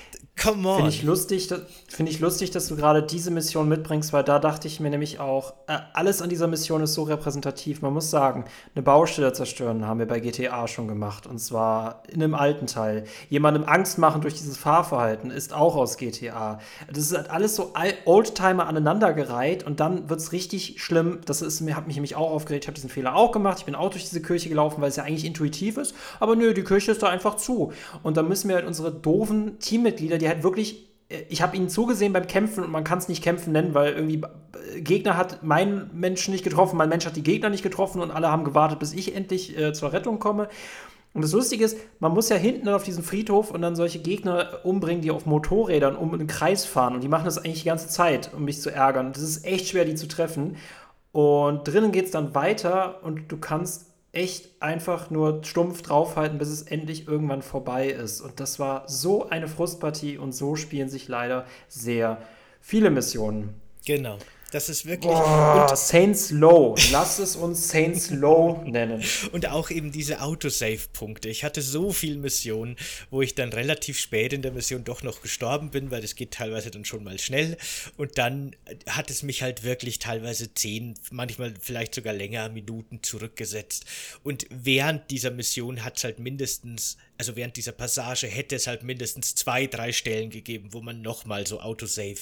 S1: Come on.
S2: Finde ich lustig, dass du gerade diese Mission mitbringst, weil da dachte ich mir nämlich auch, alles an dieser Mission ist so repräsentativ. Man muss sagen, eine Baustelle zerstören haben wir bei GTA schon gemacht. Und zwar in einem alten Teil. Jemandem Angst machen durch dieses Fahrverhalten ist auch aus GTA. Das ist halt alles so Oldtimer aneinandergereiht und dann wird es richtig schlimm. Hat mich nämlich auch aufgeregt. Ich habe diesen Fehler auch gemacht. Ich bin auch durch diese Kirche gelaufen, weil es ja eigentlich intuitiv ist. Aber nö, die Kirche ist da einfach zu. Und dann müssen wir halt unsere doofen Teammitglieder, die halt wirklich, ich habe ihnen zugesehen beim Kämpfen und man kann es nicht Kämpfen nennen, weil irgendwie Gegner hat meinen Menschen nicht getroffen, mein Mensch hat die Gegner nicht getroffen und alle haben gewartet, bis ich endlich zur Rettung komme. Und das Lustige ist, man muss ja hinten dann auf diesen Friedhof und dann solche Gegner umbringen, die auf Motorrädern um den Kreis fahren und die machen das eigentlich die ganze Zeit, um mich zu ärgern. Das ist echt schwer, die zu treffen. Und drinnen geht es dann weiter und du kannst echt einfach nur stumpf draufhalten, bis es endlich irgendwann vorbei ist. Und das war so eine Frustpartie und so spielen sich leider sehr viele Missionen.
S1: Genau. Das ist wirklich.
S2: Und Saints Low. Lass es uns Saints Low nennen.
S1: Und auch eben diese Autosave-Punkte. Ich hatte so viele Missionen, wo ich dann relativ spät in der Mission doch noch gestorben bin, weil das geht teilweise dann schon mal schnell. Und dann hat es mich halt wirklich teilweise 10, manchmal vielleicht sogar länger Minuten zurückgesetzt. Und während dieser Mission hat es halt mindestens, also während dieser Passage hätte es halt mindestens 2, 3 Stellen gegeben, wo man nochmal so Autosave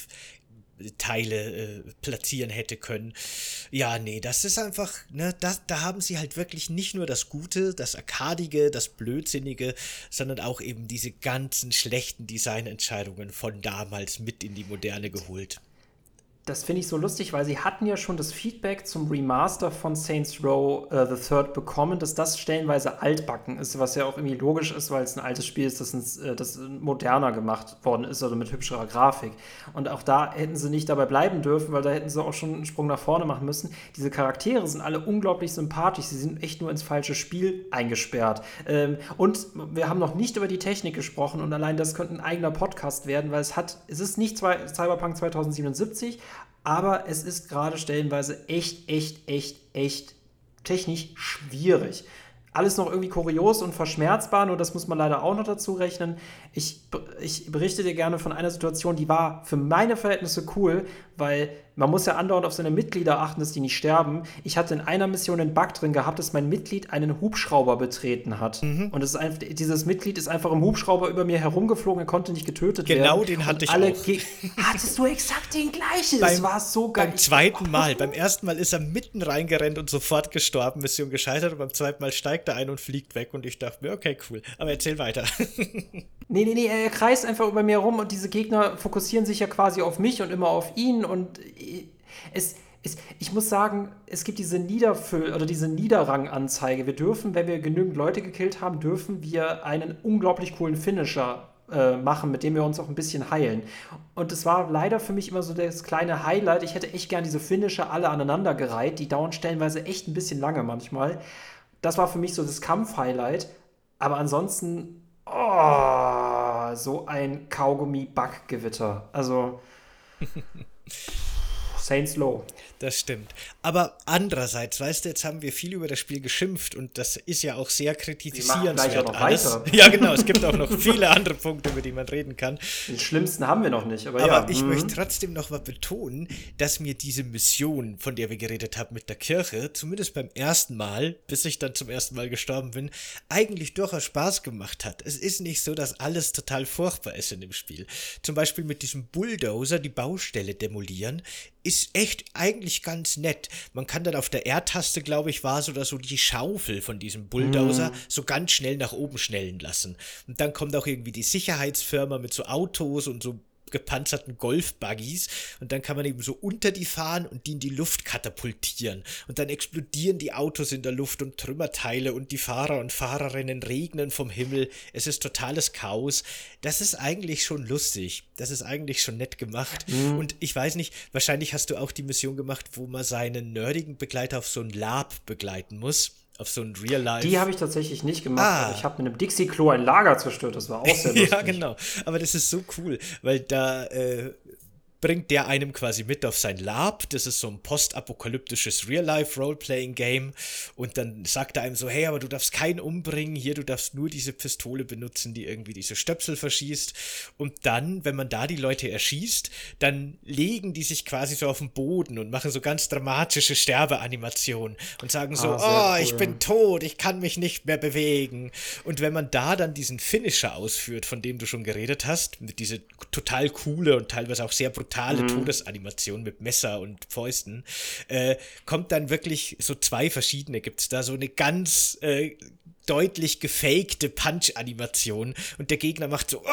S1: Teile platzieren hätte können. Ja, nee, das ist einfach, ne, da haben sie halt wirklich nicht nur das Gute, das Arkadige, das Blödsinnige, sondern auch eben diese ganzen schlechten Designentscheidungen von damals mit in die Moderne geholt.
S2: Das finde ich so lustig, weil sie hatten ja schon das Feedback zum Remaster von Saints Row the Third bekommen, dass das stellenweise altbacken ist, was ja auch irgendwie logisch ist, weil es ein altes Spiel ist, das moderner gemacht worden ist oder mit hübscherer Grafik. Und auch da hätten sie nicht dabei bleiben dürfen, weil da hätten sie auch schon einen Sprung nach vorne machen müssen. Diese Charaktere sind alle unglaublich sympathisch, sie sind echt nur ins falsche Spiel eingesperrt. Und wir haben noch nicht über die Technik gesprochen und allein das könnte ein eigener Podcast werden, weil es ist nicht Cyberpunk 2077, aber es ist gerade stellenweise echt technisch schwierig. Alles noch irgendwie kurios und verschmerzbar, nur das muss man leider auch noch dazu rechnen. Ich berichte dir gerne von einer Situation, die war für meine Verhältnisse cool, weil man muss ja andauernd auf seine Mitglieder achten, dass die nicht sterben. Ich hatte in einer Mission einen Bug drin gehabt, dass mein Mitglied einen Hubschrauber betreten hat. Und dieses Mitglied ist einfach im Hubschrauber über mir herumgeflogen, er konnte nicht getötet werden.
S1: Genau, den hatte ich auch.
S2: Hattest du exakt den gleichen? Das war so geil.
S1: Beim zweiten Mal. Beim ersten Mal ist er mitten reingerannt und sofort gestorben, Mission gescheitert. Und beim zweiten Mal steigt er ein und fliegt weg. Und ich dachte mir, okay, cool. Aber erzähl weiter.
S2: Nee, er kreist einfach über mir rum und diese Gegner fokussieren sich ja quasi auf mich und immer auf ihn und ich muss sagen, es gibt diese diese Niederranganzeige. Wir dürfen, wenn wir genügend Leute gekillt haben, dürfen wir einen unglaublich coolen Finisher machen, mit dem wir uns auch ein bisschen heilen. Und es war leider für mich immer so das kleine Highlight. Ich hätte echt gern diese Finisher alle aneinandergereiht. Die dauern stellenweise echt ein bisschen lange manchmal. Das war für mich so das Kampf-Highlight. Aber ansonsten, so ein Kaugummi-Bug-Gewitter. Also Saints Low.
S1: Das stimmt. Aber andererseits, weißt du, jetzt haben wir viel über das Spiel geschimpft und das ist ja auch sehr kritisierenswert alles. Weiter. Ja, genau, es gibt auch noch viele andere Punkte, über die man reden kann.
S2: Den schlimmsten haben wir noch nicht, aber
S1: ja. Ich möchte trotzdem noch mal betonen, dass mir diese Mission, von der wir geredet haben mit der Kirche, zumindest beim ersten Mal, bis ich dann zum ersten Mal gestorben bin, eigentlich durchaus Spaß gemacht hat. Es ist nicht so, dass alles total furchtbar ist in dem Spiel. Zum Beispiel mit diesem Bulldozer die Baustelle demolieren, ist echt eigentlich ganz nett. Man kann dann auf der R-Taste, glaube ich, war es oder so, die Schaufel von diesem Bulldozer so ganz schnell nach oben schnellen lassen. Und dann kommt auch irgendwie die Sicherheitsfirma mit so Autos und so gepanzerten Golf-Buggies und dann kann man eben so unter die fahren und die in die Luft katapultieren und dann explodieren die Autos in der Luft und Trümmerteile und die Fahrer und Fahrerinnen regnen vom Himmel. Es ist totales Chaos. Das ist eigentlich schon lustig. Das ist eigentlich schon nett gemacht. Und ich weiß nicht, wahrscheinlich hast du auch die Mission gemacht, wo man seinen nerdigen Begleiter auf so ein Lab begleiten muss. Auf so ein Real-Life.
S2: Die habe ich tatsächlich nicht gemacht, aber ich habe mit einem Dixie-Klo ein Lager zerstört, das war auch sehr lustig.
S1: Ja, genau. Aber das ist so cool, weil da bringt der einem quasi mit auf sein Lab. Das ist so ein postapokalyptisches Real-Life-Role-Playing-Game. Und dann sagt er einem so, hey, aber du darfst keinen umbringen. Hier, du darfst nur diese Pistole benutzen, die irgendwie diese Stöpsel verschießt. Und dann, wenn man da die Leute erschießt, dann legen die sich quasi so auf den Boden und machen so ganz dramatische Sterbeanimationen und sagen so, cool. Ich bin tot, ich kann mich nicht mehr bewegen. Und wenn man da dann diesen Finisher ausführt, von dem du schon geredet hast, mit diese total coole und teilweise auch sehr brutale Todesanimation mit Messer und Fäusten, kommt dann wirklich so zwei verschiedene, gibt's da so eine ganz deutlich gefakte Punch-Animation und der Gegner macht so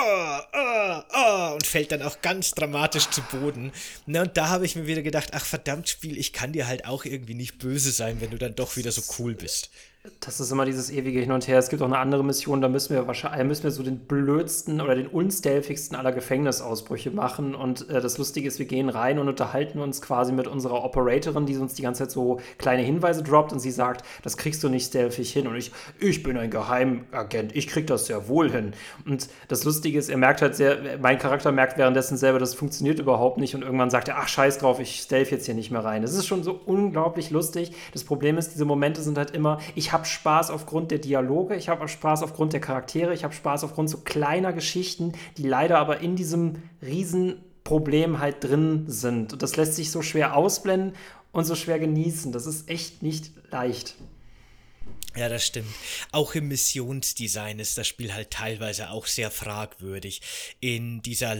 S1: und fällt dann auch ganz dramatisch zu Boden. Na, und da habe ich mir wieder gedacht, ach verdammt Spiel, ich kann dir halt auch irgendwie nicht böse sein, wenn du dann doch wieder so cool bist.
S2: Das ist immer dieses ewige Hin und Her. Es gibt auch eine andere Mission, da müssen wir so den blödsten oder den unstealthigsten aller Gefängnisausbrüche machen. Und das Lustige ist, wir gehen rein und unterhalten uns quasi mit unserer Operatorin, die uns die ganze Zeit so kleine Hinweise droppt und sie sagt, das kriegst du nicht stealthig hin. Und ich bin ein Geheimagent, ich krieg das sehr wohl hin. Und das Lustige ist, mein Charakter merkt währenddessen selber, das funktioniert überhaupt nicht und irgendwann sagt er, ach scheiß drauf, ich stealth jetzt hier nicht mehr rein. Das ist schon so unglaublich lustig. Das Problem ist, diese Momente sind halt immer, ich habe Spaß aufgrund der Dialoge, ich habe Spaß aufgrund der Charaktere, ich habe Spaß aufgrund so kleiner Geschichten, die leider aber in diesem Riesenproblem halt drin sind. Und das lässt sich so schwer ausblenden und so schwer genießen. Das ist echt nicht leicht.
S1: Ja, das stimmt. Auch im Missionsdesign ist das Spiel halt teilweise auch sehr fragwürdig. In dieser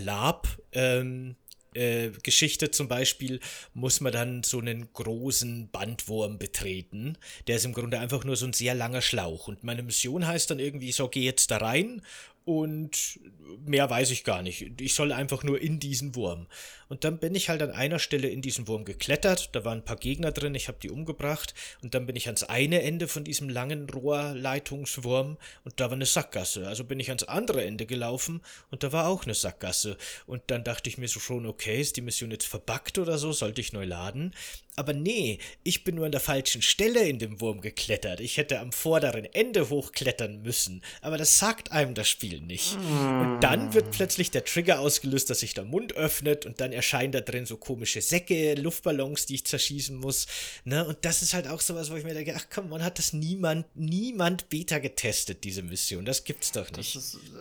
S1: Geschichte zum Beispiel muss man dann so einen großen Bandwurm betreten. Der ist im Grunde einfach nur so ein sehr langer Schlauch. Und meine Mission heißt dann irgendwie so, geh jetzt da rein und mehr weiß ich gar nicht. Ich soll einfach nur in diesen Wurm. Und dann bin ich halt an einer Stelle in diesen Wurm geklettert, da waren ein paar Gegner drin, ich habe die umgebracht und dann bin ich ans eine Ende von diesem langen Rohrleitungswurm und da war eine Sackgasse. Also bin ich ans andere Ende gelaufen und da war auch eine Sackgasse. Und dann dachte ich mir so schon, okay, ist die Mission jetzt verbuggt oder so, sollte ich neu laden? Aber nee, ich bin nur an der falschen Stelle in dem Wurm geklettert. Ich hätte am vorderen Ende hochklettern müssen. Aber das sagt einem das Spiel nicht. Und dann wird plötzlich der Trigger ausgelöst, dass sich der Mund öffnet und dann erscheinen da drin so komische Säcke, Luftballons, die ich zerschießen muss. Ne? Und das ist halt auch sowas, wo ich mir denke, ach komm, man hat das niemand Beta getestet, diese Mission. Das gibt's doch nicht.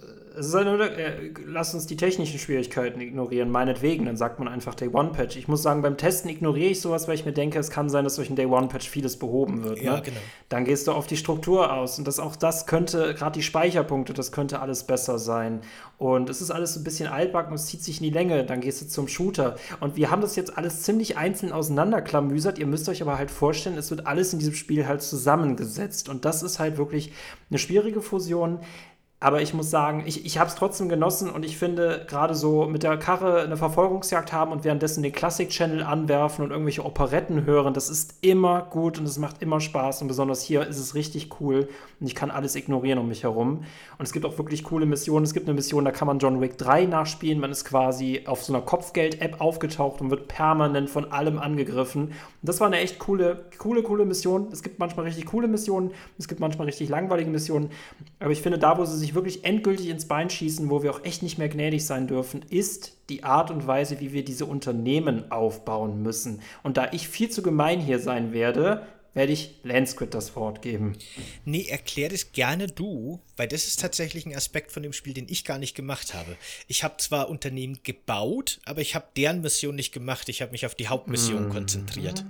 S2: Lass uns die technischen Schwierigkeiten ignorieren, meinetwegen. Dann sagt man einfach Day-One-Patch. Ich muss sagen, beim Testen ignoriere ich sowas, weil ich mir denke, es kann sein, dass durch einen Day-One-Patch vieles behoben wird.
S1: Ja,
S2: ne?
S1: genau.
S2: Dann gehst du auf die Struktur aus und das könnte, gerade die Speicherpunkte, das könnte alles besser sein. Und es ist alles so ein bisschen altbacken und es zieht sich in die Länge. Dann gehst du zum Shooter. Und wir haben das jetzt alles ziemlich einzeln auseinanderklamüsert. Ihr müsst euch aber halt vorstellen, es wird alles in diesem Spiel halt zusammengesetzt. Und das ist halt wirklich eine schwierige Fusion. Aber ich muss sagen, ich habe es trotzdem genossen und ich finde, gerade so mit der Karre eine Verfolgungsjagd haben und währenddessen den Classic-Channel anwerfen und irgendwelche Operetten hören, das ist immer gut und es macht immer Spaß und besonders hier ist es richtig cool und ich kann alles ignorieren um mich herum. Und es gibt auch wirklich coole Missionen. Es gibt eine Mission, da kann man John Wick 3 nachspielen. Man ist quasi auf so einer Kopfgeld-App aufgetaucht und wird permanent von allem angegriffen. Und das war eine echt coole Mission. Es gibt manchmal richtig coole Missionen, es gibt manchmal richtig langweilige Missionen. Aber ich finde, da, wo sie sich wirklich endgültig ins Bein schießen, wo wir auch echt nicht mehr gnädig sein dürfen, ist die Art und Weise, wie wir diese Unternehmen aufbauen müssen. Und da ich viel zu gemein hier sein werde ich Lansquid das Wort geben.
S1: Nee, erklär das gerne du, weil das ist tatsächlich ein Aspekt von dem Spiel, den ich gar nicht gemacht habe. Ich habe zwar Unternehmen gebaut, aber ich habe deren Mission nicht gemacht. Ich habe mich auf die Hauptmission konzentriert.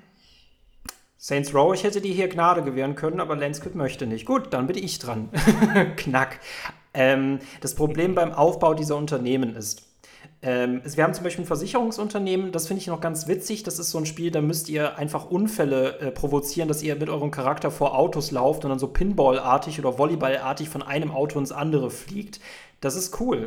S2: Saints Row, ich hätte dir hier Gnade gewähren können, aber Lansquid möchte nicht. Gut, dann bin ich dran. Knack. Das Problem beim Aufbau dieser Unternehmen ist, wir haben zum Beispiel ein Versicherungsunternehmen, das finde ich noch ganz witzig. Das ist so ein Spiel, da müsst ihr einfach Unfälle provozieren, dass ihr mit eurem Charakter vor Autos lauft und dann so Pinball-artig oder Volleyball-artig von einem Auto ins andere fliegt. Das ist cool.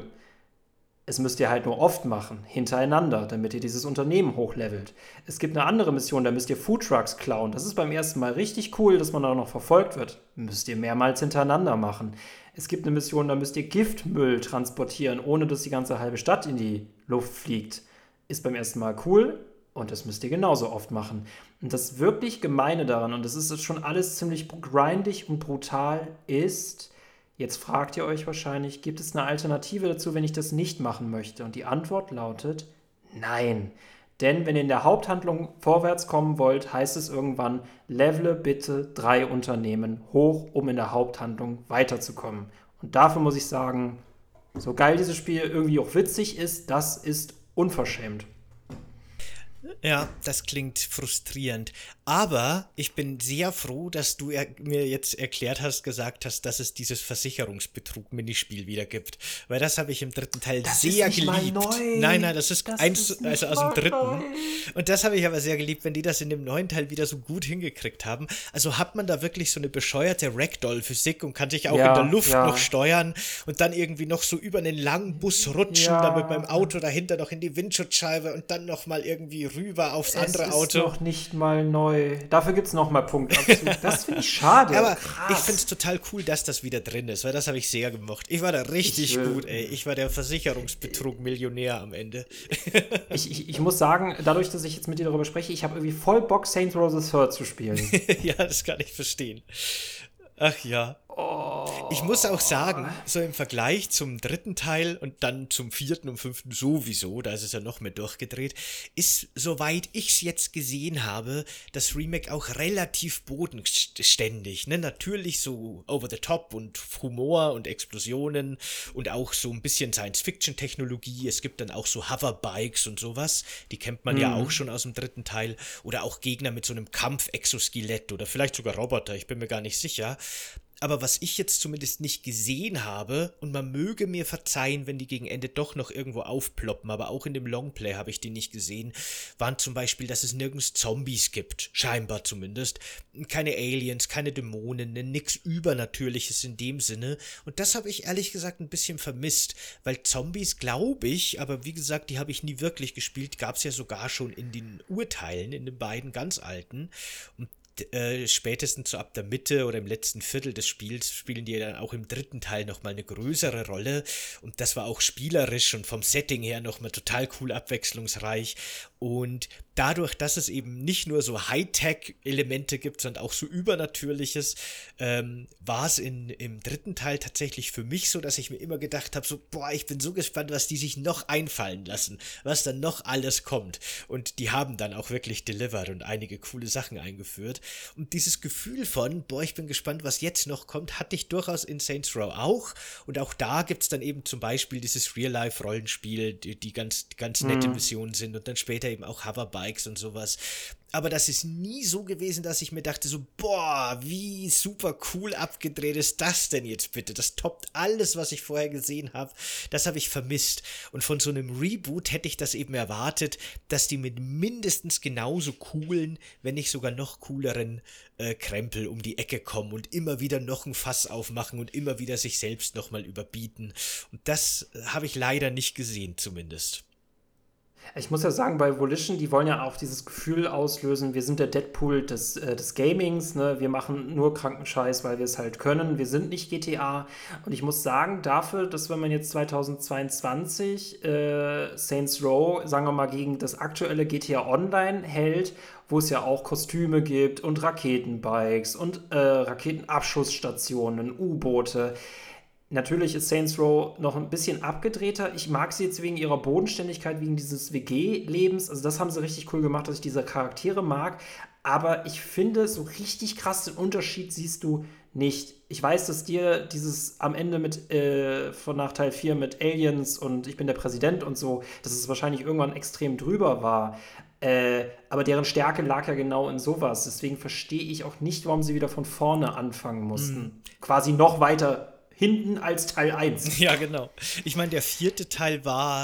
S2: Es müsst ihr halt nur oft machen, hintereinander, damit ihr dieses Unternehmen hochlevelt. Es gibt eine andere Mission, da müsst ihr Foodtrucks klauen. Das ist beim ersten Mal richtig cool, dass man da noch verfolgt wird. Müsst ihr mehrmals hintereinander machen. Es gibt eine Mission, da müsst ihr Giftmüll transportieren, ohne dass die ganze halbe Stadt in die Luft fliegt. Ist beim ersten Mal cool und das müsst ihr genauso oft machen. Und das wirklich Gemeine daran, und das ist schon alles ziemlich grindig und brutal, ist... Jetzt fragt ihr euch wahrscheinlich, gibt es eine Alternative dazu, wenn ich das nicht machen möchte? Und die Antwort lautet nein. Denn wenn ihr in der Haupthandlung vorwärts kommen wollt, heißt es irgendwann, levele bitte 3 Unternehmen hoch, um in der Haupthandlung weiterzukommen. Und dafür muss ich sagen, so geil dieses Spiel irgendwie auch witzig ist, das ist unverschämt.
S1: Ja, das klingt frustrierend. Aber ich bin sehr froh, dass du mir jetzt gesagt hast, dass es dieses Versicherungsbetrug-Minispiel wieder gibt. Weil das habe ich im dritten Teil
S2: das
S1: sehr
S2: ist nicht
S1: geliebt.
S2: Mal neu.
S1: Nein, das ist also aus dem dritten.
S2: Neu.
S1: Und das habe ich aber sehr geliebt, wenn die das in dem neuen Teil wieder so gut hingekriegt haben. Also hat man da wirklich so eine bescheuerte Ragdoll-Physik und kann sich auch in der Luft noch steuern und dann irgendwie noch so über einen langen Bus rutschen, damit beim Auto dahinter noch in die Windschutzscheibe und dann noch mal irgendwie rüber aufs andere Auto.
S2: Es ist noch nicht mal neu. Dafür gibt es noch mal Punktabzug. Das finde ich schade.
S1: Aber ich finde es total cool, dass das wieder drin ist, weil das habe ich sehr gemocht. Ich war da richtig gut, ey. Ich war der Versicherungsbetrug-Millionär am Ende.
S2: Ich muss sagen, dadurch, dass ich jetzt mit dir darüber spreche, ich habe irgendwie voll Bock, Saints Row the Third zu spielen.
S1: Ja, das kann ich verstehen. Ach ja. Ich muss auch sagen, so im Vergleich zum dritten Teil und dann zum vierten und fünften sowieso, da ist es ja noch mehr durchgedreht, ist, soweit ich es jetzt gesehen habe, das Remake auch relativ bodenständig. Ne? Natürlich so over the top und Humor und Explosionen und auch so ein bisschen Science-Fiction-Technologie. Es gibt dann auch so Hoverbikes und sowas. Die kennt man ja auch schon aus dem dritten Teil. Oder auch Gegner mit so einem Kampfexoskelett oder vielleicht sogar Roboter, ich bin mir gar nicht sicher. Aber was ich jetzt zumindest nicht gesehen habe, und man möge mir verzeihen, wenn die gegen Ende doch noch irgendwo aufploppen, aber auch in dem Longplay habe ich die nicht gesehen, waren zum Beispiel, dass es nirgends Zombies gibt, scheinbar zumindest. Keine Aliens, keine Dämonen, nix Übernatürliches in dem Sinne. Und das habe ich ehrlich gesagt ein bisschen vermisst, weil Zombies, glaube ich, aber wie gesagt, die habe ich nie wirklich gespielt, gab es ja sogar schon in den Urteilen, in den beiden ganz alten. Und spätestens so ab der Mitte oder im letzten Viertel des Spiels spielen die dann auch im dritten Teil nochmal eine größere Rolle und das war auch spielerisch und vom Setting her nochmal total cool abwechslungsreich und dadurch, dass es eben nicht nur so Hightech-Elemente gibt, sondern auch so Übernatürliches, war es im dritten Teil tatsächlich für mich so, dass ich mir immer gedacht habe, so, boah, ich bin so gespannt, was die sich noch einfallen lassen, was dann noch alles kommt. Und die haben dann auch wirklich delivered und einige coole Sachen eingeführt. Und dieses Gefühl von, boah, ich bin gespannt, was jetzt noch kommt, hatte ich durchaus in Saints Row auch. Und auch da gibt es dann eben zum Beispiel dieses Real-Life-Rollenspiel, die ganz nette Missionen sind und dann später eben auch Hoverbikes und sowas. Aber das ist nie so gewesen, dass ich mir dachte so, boah, wie super cool abgedreht ist das denn jetzt bitte? Das toppt alles, was ich vorher gesehen habe. Das habe ich vermisst. Und von so einem Reboot hätte ich das eben erwartet, dass die mit mindestens genauso coolen, wenn nicht sogar noch cooleren Krempel um die Ecke kommen und immer wieder noch ein Fass aufmachen und immer wieder sich selbst nochmal überbieten. Und das habe ich leider nicht gesehen zumindest.
S2: Ich muss ja sagen, bei Volition, die wollen ja auch dieses Gefühl auslösen, wir sind der Deadpool des Gamings, ne? Wir machen nur kranken Scheiß, weil wir es halt können. Wir sind nicht GTA. Und ich muss sagen, dafür, dass wenn man jetzt 2022 Saints Row, sagen wir mal, gegen das aktuelle GTA Online hält, wo es ja auch Kostüme gibt und Raketenbikes und Raketenabschussstationen, U-Boote. Natürlich ist Saints Row noch ein bisschen abgedrehter. Ich mag sie jetzt wegen ihrer Bodenständigkeit, wegen dieses WG-Lebens. Also das haben sie richtig cool gemacht, dass ich diese Charaktere mag. Aber ich finde, so richtig krass den Unterschied siehst du nicht. Ich weiß, dass dir dieses am Ende von nach Teil 4 mit Aliens und ich bin der Präsident und so, dass es wahrscheinlich irgendwann extrem drüber war. Aber deren Stärke lag ja genau in sowas. Deswegen verstehe ich auch nicht, warum sie wieder von vorne anfangen mussten. Quasi noch weiter hinten als Teil 1.
S1: Ja, genau. Ich meine, der vierte Teil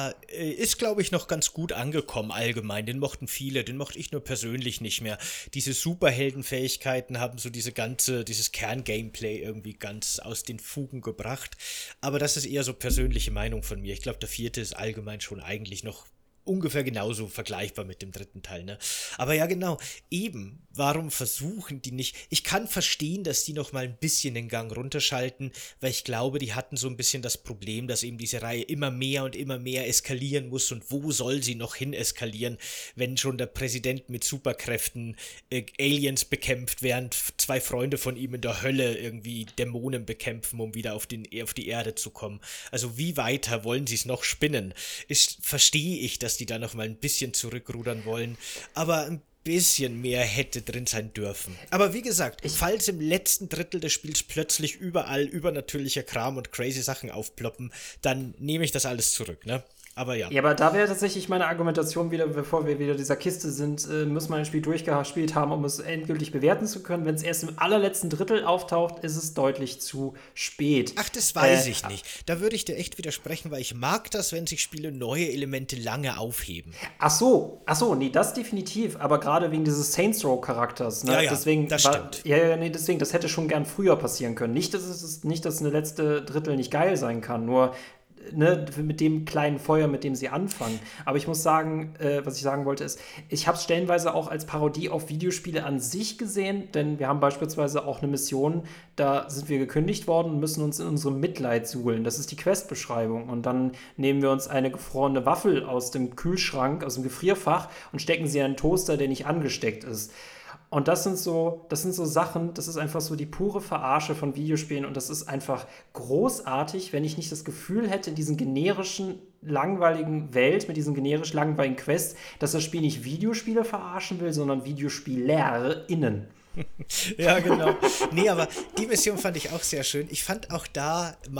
S1: ist, glaube ich, noch ganz gut angekommen allgemein. Den mochten viele, den mochte ich nur persönlich nicht mehr. Diese Superheldenfähigkeiten haben so dieses Kerngameplay irgendwie ganz aus den Fugen gebracht. Aber das ist eher so persönliche Meinung von mir. Ich glaube, der vierte ist allgemein schon eigentlich noch ungefähr genauso vergleichbar mit dem dritten Teil, ne? Aber ja, genau, eben, warum versuchen die nicht? Ich kann verstehen, dass die noch mal ein bisschen den Gang runterschalten, weil ich glaube, die hatten so ein bisschen das Problem, dass eben diese Reihe immer mehr und immer mehr eskalieren muss und wo soll sie noch hin eskalieren, wenn schon der Präsident mit Superkräften Aliens bekämpft, während zwei Freunde von ihm in der Hölle irgendwie Dämonen bekämpfen, um wieder auf die Erde zu kommen. Also wie weiter wollen sie es noch spinnen? Verstehe ich, dass die da noch mal ein bisschen zurückrudern wollen, aber ein bisschen mehr hätte drin sein dürfen. Aber wie gesagt, falls im letzten Drittel des Spiels plötzlich überall übernatürlicher Kram und crazy Sachen aufploppen, dann nehme ich das alles zurück, ne? Aber ja.
S2: Ja, aber da wäre tatsächlich meine Argumentation wieder, bevor wir wieder dieser Kiste sind, muss man ein Spiel durchgespielt haben, um es endgültig bewerten zu können. Wenn es erst im allerletzten Drittel auftaucht, ist es deutlich zu spät.
S1: Ach, das weiß ich nicht. Da würde ich dir echt widersprechen, weil ich mag das, wenn sich Spiele neue Elemente lange aufheben.
S2: Ach so, nee, das definitiv, aber gerade wegen dieses Saints Row-Charakters. Ne?
S1: Ja, deswegen
S2: das stimmt. Deswegen, das hätte schon gern früher passieren können. Nicht, dass eine letzte Drittel nicht geil sein kann, nur ne, mit dem kleinen Feuer, mit dem sie anfangen. Aber ich muss sagen, was ich sagen wollte, ist, ich habe es stellenweise auch als Parodie auf Videospiele an sich gesehen, denn wir haben beispielsweise auch eine Mission, da sind wir gekündigt worden und müssen uns in unserem Mitleid suhlen. Das ist die Questbeschreibung. Und dann nehmen wir uns eine gefrorene Waffel aus dem Kühlschrank, aus dem Gefrierfach und stecken sie in einen Toaster, der nicht angesteckt ist. Und das sind so Sachen, das ist einfach so die pure Verarsche von Videospielen und das ist einfach großartig, wenn ich nicht das Gefühl hätte, in diesen generischen, langweiligen Welt, mit diesen generisch langweiligen Quests, dass das Spiel nicht Videospiele verarschen will, sondern VideospielerInnen.
S1: Ja, genau. Nee, aber die Mission fand ich auch sehr schön. Ich fand auch da mal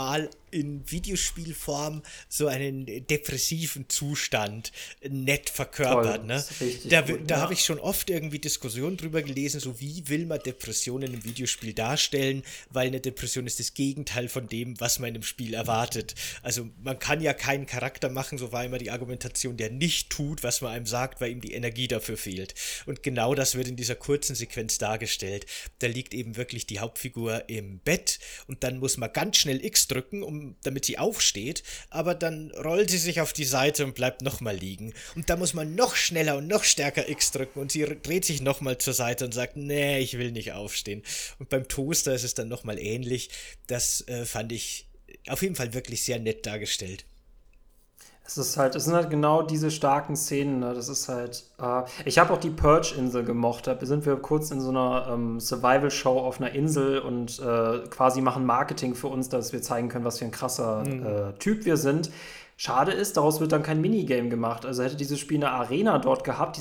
S1: in Videospielform so einen depressiven Zustand nett verkörpert.
S2: Toll,
S1: Ne?
S2: ist richtig
S1: Da
S2: gut,
S1: habe
S2: ja.
S1: ich schon oft irgendwie Diskussionen drüber gelesen, so wie will man Depressionen im Videospiel darstellen, weil eine Depression ist das Gegenteil von dem, was man im Spiel erwartet. Also man kann ja keinen Charakter machen, so war immer die Argumentation, der nicht tut, was man einem sagt, weil ihm die Energie dafür fehlt. Und genau das wird in dieser kurzen Sequenz dargestellt. Da liegt eben wirklich die Hauptfigur im Bett und dann muss man ganz schnell X drücken, damit sie aufsteht, aber dann rollt sie sich auf die Seite und bleibt nochmal liegen. Und da muss man noch schneller und noch stärker X drücken und sie dreht sich nochmal zur Seite und sagt, nee, ich will nicht aufstehen. Und beim Toaster ist es dann nochmal ähnlich. Das fand ich auf jeden Fall wirklich sehr nett dargestellt.
S2: Es sind halt genau diese starken Szenen, ne? Das ist halt, ich habe auch die Purge-Insel gemocht. Da sind wir kurz in so einer Survival-Show auf einer Insel und quasi machen Marketing für uns, dass wir zeigen können, was für ein krasser Typ wir sind. Schade ist, daraus wird dann kein Minigame gemacht. Also hätte dieses Spiel eine Arena dort gehabt,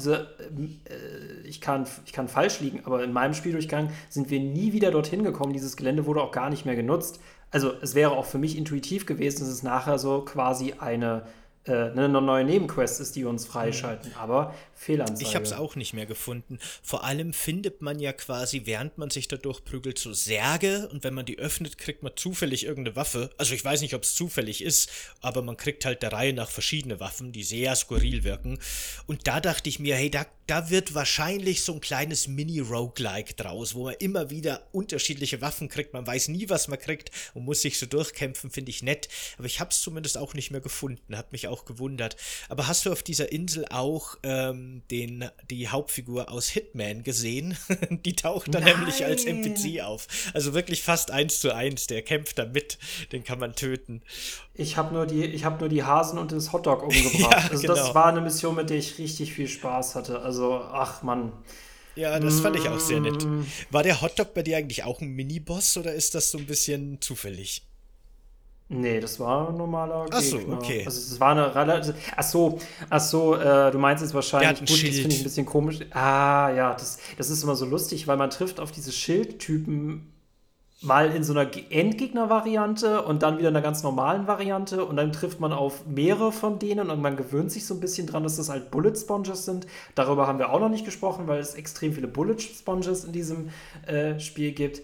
S2: ich kann falsch liegen, aber in meinem Spieldurchgang sind wir nie wieder dorthin gekommen. Dieses Gelände wurde auch gar nicht mehr genutzt. Also es wäre auch für mich intuitiv gewesen, dass es nachher so quasi eine neue Nebenquest ist, die uns freischalten. Aber
S1: Ich habe es
S2: Fehlanzeige.
S1: auch nicht mehr gefunden. Vor allem findet man ja quasi, während man sich da durchprügelt, so Särge und wenn man die öffnet, kriegt man zufällig irgendeine Waffe. Also ich weiß nicht, ob es zufällig ist, aber man kriegt halt der Reihe nach verschiedene Waffen, die sehr skurril wirken. Und da dachte ich mir, hey, da wird wahrscheinlich so ein kleines Mini-Roguelike draus, wo man immer wieder unterschiedliche Waffen kriegt. Man weiß nie, was man kriegt und muss sich so durchkämpfen, finde ich nett. Aber ich habe es zumindest auch nicht mehr gefunden, hat mich auch gewundert. Aber hast du auf dieser Insel auch die Hauptfigur aus Hitman gesehen? Die taucht dann nämlich als
S2: Nein!
S1: NPC auf. Also wirklich fast 1:1. Der kämpft da mit, den kann man töten.
S2: Ich hab nur die Hasen und das Hotdog
S1: Ja,
S2: umgebracht. Also das
S1: genau.
S2: war eine Mission, mit der ich richtig viel Spaß hatte. Also, ach Mann.
S1: Ja, das fand ich auch sehr nett.
S2: Mm,
S1: War der Hotdog bei dir eigentlich auch ein Miniboss oder ist das so ein bisschen zufällig?
S2: nee, das war ein normaler
S1: Ach so,
S2: Gegner.
S1: okay.
S2: Also es war eine relativ. Ach so, du meinst jetzt
S1: Der hat
S2: wahrscheinlich,
S1: ein
S2: gut, das finde ich ein
S1: Schild.
S2: bisschen komisch. Ah, ja, das ist immer so lustig, weil man trifft auf diese Schildtypen mal in so einer Endgegner-Variante und dann wieder in einer ganz normalen Variante und dann trifft man auf mehrere von denen und man gewöhnt sich so ein bisschen dran, dass das halt Bullet Sponges sind. Darüber haben wir auch noch nicht gesprochen, weil es extrem viele Bullet Sponges in diesem Spiel gibt.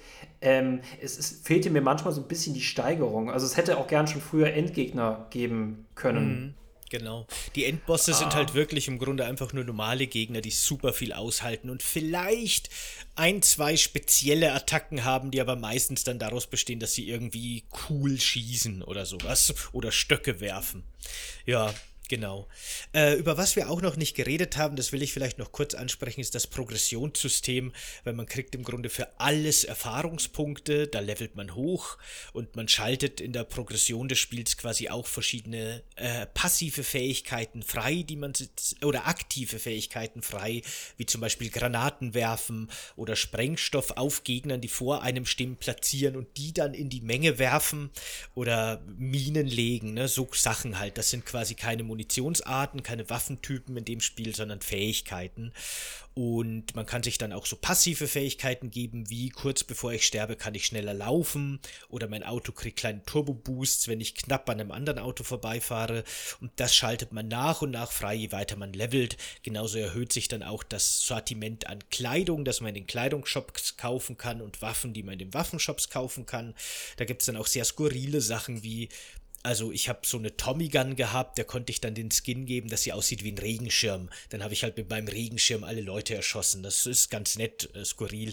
S2: Es fehlte mir manchmal so ein bisschen die Steigerung. Also es hätte auch gern schon früher Endgegner geben können.
S1: Mhm, genau. Die Endbosse sind halt wirklich im Grunde einfach nur normale Gegner, die super viel aushalten und vielleicht ein, zwei spezielle Attacken haben, die aber meistens dann daraus bestehen, dass sie irgendwie cool schießen oder sowas oder Stöcke werfen. Ja, genau. Über was wir auch noch nicht geredet haben, das will ich vielleicht noch kurz ansprechen, ist das Progressionssystem, weil man kriegt im Grunde für alles Erfahrungspunkte, da levelt man hoch und man schaltet in der Progression des Spiels quasi auch verschiedene passive Fähigkeiten frei, oder aktive Fähigkeiten frei, wie zum Beispiel Granaten werfen oder Sprengstoff auf Gegnern, die vor einem stehen, platzieren und die dann in die Menge werfen oder Minen legen, ne? So Sachen halt. Das sind quasi keine Munitionsarten, keine Waffentypen in dem Spiel, sondern Fähigkeiten. Und man kann sich dann auch so passive Fähigkeiten geben, wie kurz bevor ich sterbe, kann ich schneller laufen oder mein Auto kriegt kleine Turbo-Boosts, wenn ich knapp an einem anderen Auto vorbeifahre. Und das schaltet man nach und nach frei, je weiter man levelt. Genauso erhöht sich dann auch das Sortiment an Kleidung, das man in den Kleidungsshops kaufen kann und Waffen, die man in den Waffenshops kaufen kann. Da gibt es dann auch sehr skurrile Sachen wie also ich habe so eine Tommy Gun gehabt, da konnte ich dann den Skin geben, dass sie aussieht wie ein Regenschirm. Dann habe ich halt mit meinem Regenschirm alle Leute erschossen. Das ist ganz nett, skurril.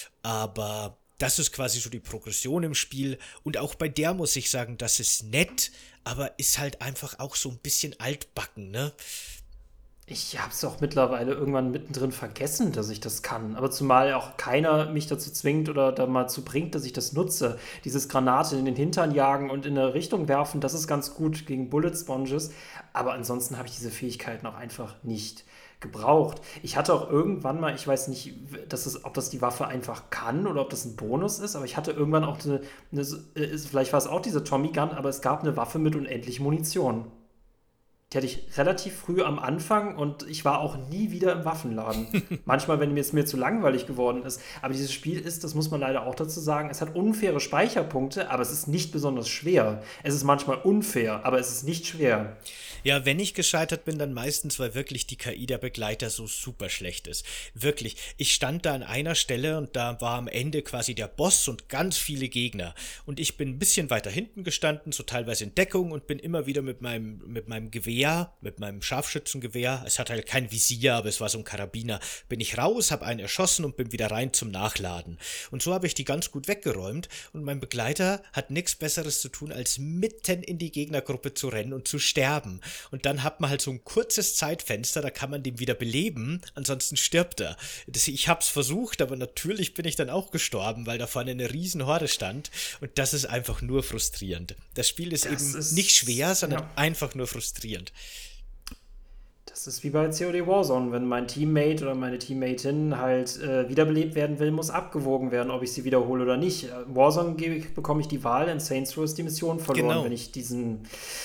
S1: Aber das ist quasi so die Progression im Spiel. Und auch bei der muss ich sagen, das ist nett, aber ist halt einfach auch so ein bisschen altbacken, ne?
S2: Ich habe es auch mittlerweile irgendwann mittendrin vergessen, dass ich das kann. Aber zumal auch keiner mich dazu zwingt oder da mal zu bringt, dass ich das nutze. Dieses Granate in den Hintern jagen und in eine Richtung werfen, das ist ganz gut gegen Bullet Sponges. Aber ansonsten habe ich diese Fähigkeiten auch einfach nicht gebraucht. Ich hatte auch irgendwann mal, ich weiß nicht, ob das die Waffe einfach kann oder ob das ein Bonus ist, aber ich hatte irgendwann auch vielleicht war es auch diese Tommy Gun, aber es gab eine Waffe mit unendlich Munition. Die hatte ich relativ früh am Anfang und ich war auch nie wieder im Waffenladen. Manchmal, wenn es mir zu langweilig geworden ist. Aber dieses Spiel ist, das muss man leider auch dazu sagen, es hat unfaire Speicherpunkte, aber es ist nicht besonders schwer. Es ist manchmal unfair, aber es ist nicht schwer.
S1: Ja, wenn ich gescheitert bin, dann meistens, weil wirklich die KI der Begleiter so super schlecht ist. Wirklich. Ich stand da an einer Stelle und da war am Ende quasi der Boss und ganz viele Gegner. Und ich bin ein bisschen weiter hinten gestanden, so teilweise in Deckung und bin immer wieder mit meinem Gewehr, mit meinem Scharfschützengewehr, es hat halt kein Visier, aber es war so ein Karabiner, bin ich raus, habe einen erschossen und bin wieder rein zum Nachladen. Und so habe ich die ganz gut weggeräumt und mein Begleiter hat nichts Besseres zu tun, als mitten in die Gegnergruppe zu rennen und zu sterben. Und dann hat man halt so ein kurzes Zeitfenster, da kann man den wieder beleben, ansonsten stirbt er. Ich hab's versucht, aber natürlich bin ich dann auch gestorben, weil da vorne eine riesen Horde stand und das ist einfach nur frustrierend. Das Spiel ist
S2: Das
S1: eben
S2: ist,
S1: nicht schwer, sondern
S2: ja.
S1: einfach nur frustrierend.
S2: Das ist wie bei COD Warzone. Wenn mein Teammate oder meine Teammatin halt wiederbelebt werden will, muss abgewogen werden, ob ich sie wiederhole oder nicht. Warzone bekomme ich die Wahl, in Saints Row ist die Mission verloren, wenn
S1: Genau.
S2: ich diesen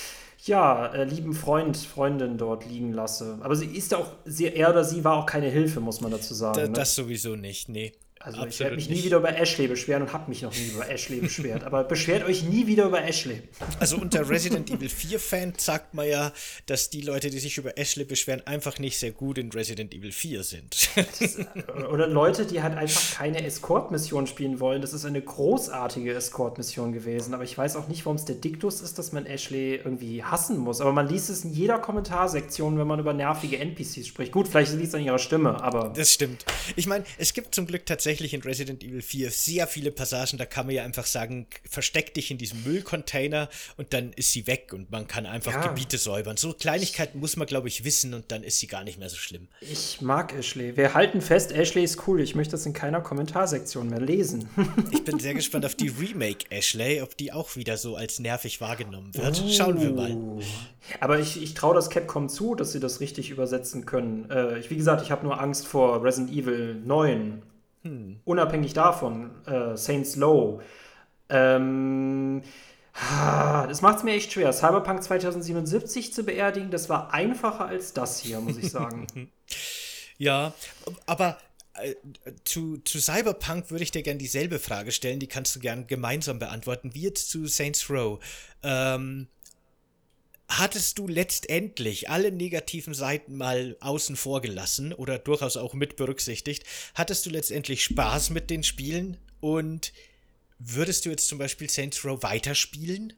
S2: lieben Freundin dort liegen lasse. Aber sie ist ja auch, er oder sie war auch keine Hilfe, muss man dazu sagen. Ne?
S1: Das sowieso nicht, nee.
S2: Also ich werde
S1: Absolut
S2: mich nie
S1: nicht.
S2: wieder über Ashley beschweren und habe mich noch nie über Ashley beschwert. Aber beschwert euch nie wieder über Ashley.
S1: Also unter Resident Evil 4 Fan sagt man ja, dass die Leute, die sich über Ashley beschweren, einfach nicht sehr gut in Resident Evil 4 sind.
S2: Oder Leute, die halt einfach keine Escort-Mission spielen wollen. Das ist eine großartige Escort-Mission gewesen. Aber ich weiß auch nicht, warum es der Diktus ist, dass man Ashley irgendwie hassen muss. Aber man liest es in jeder Kommentarsektion, wenn man über nervige NPCs spricht. Gut, vielleicht liegt es an ihrer Stimme, aber
S1: Das stimmt. Ich meine, es gibt zum Glück tatsächlich in Resident Evil 4 sehr viele Passagen, da kann man ja einfach sagen, versteck dich in diesem Müllcontainer und dann ist sie weg und man kann einfach
S2: ja,
S1: Gebiete säubern. So Kleinigkeiten muss man, glaube ich, wissen und dann ist sie gar nicht mehr so schlimm.
S2: ich mag Ashley. Wir halten fest, Ashley ist cool. Ich möchte das in keiner Kommentarsektion mehr lesen.
S1: Ich bin sehr gespannt auf die Remake Ashley, ob die auch wieder so als nervig wahrgenommen wird. Schauen wir mal.
S2: Aber ich traue das Capcom zu, dass sie das richtig übersetzen können. Wie gesagt, ich habe nur Angst vor Resident Evil 9. Unabhängig davon, Saints Low. Das macht es mir echt schwer. Cyberpunk 2077 zu beerdigen, das war einfacher als das hier, muss ich sagen.
S1: Ja, aber zu Cyberpunk würde ich dir gerne dieselbe Frage stellen, die kannst du gern gemeinsam beantworten, wie jetzt zu Saints Row. Hattest du letztendlich alle negativen Seiten mal außen vor gelassen oder durchaus auch mit berücksichtigt? Hattest du letztendlich Spaß mit den Spielen und würdest du jetzt zum Beispiel Saints Row weiterspielen?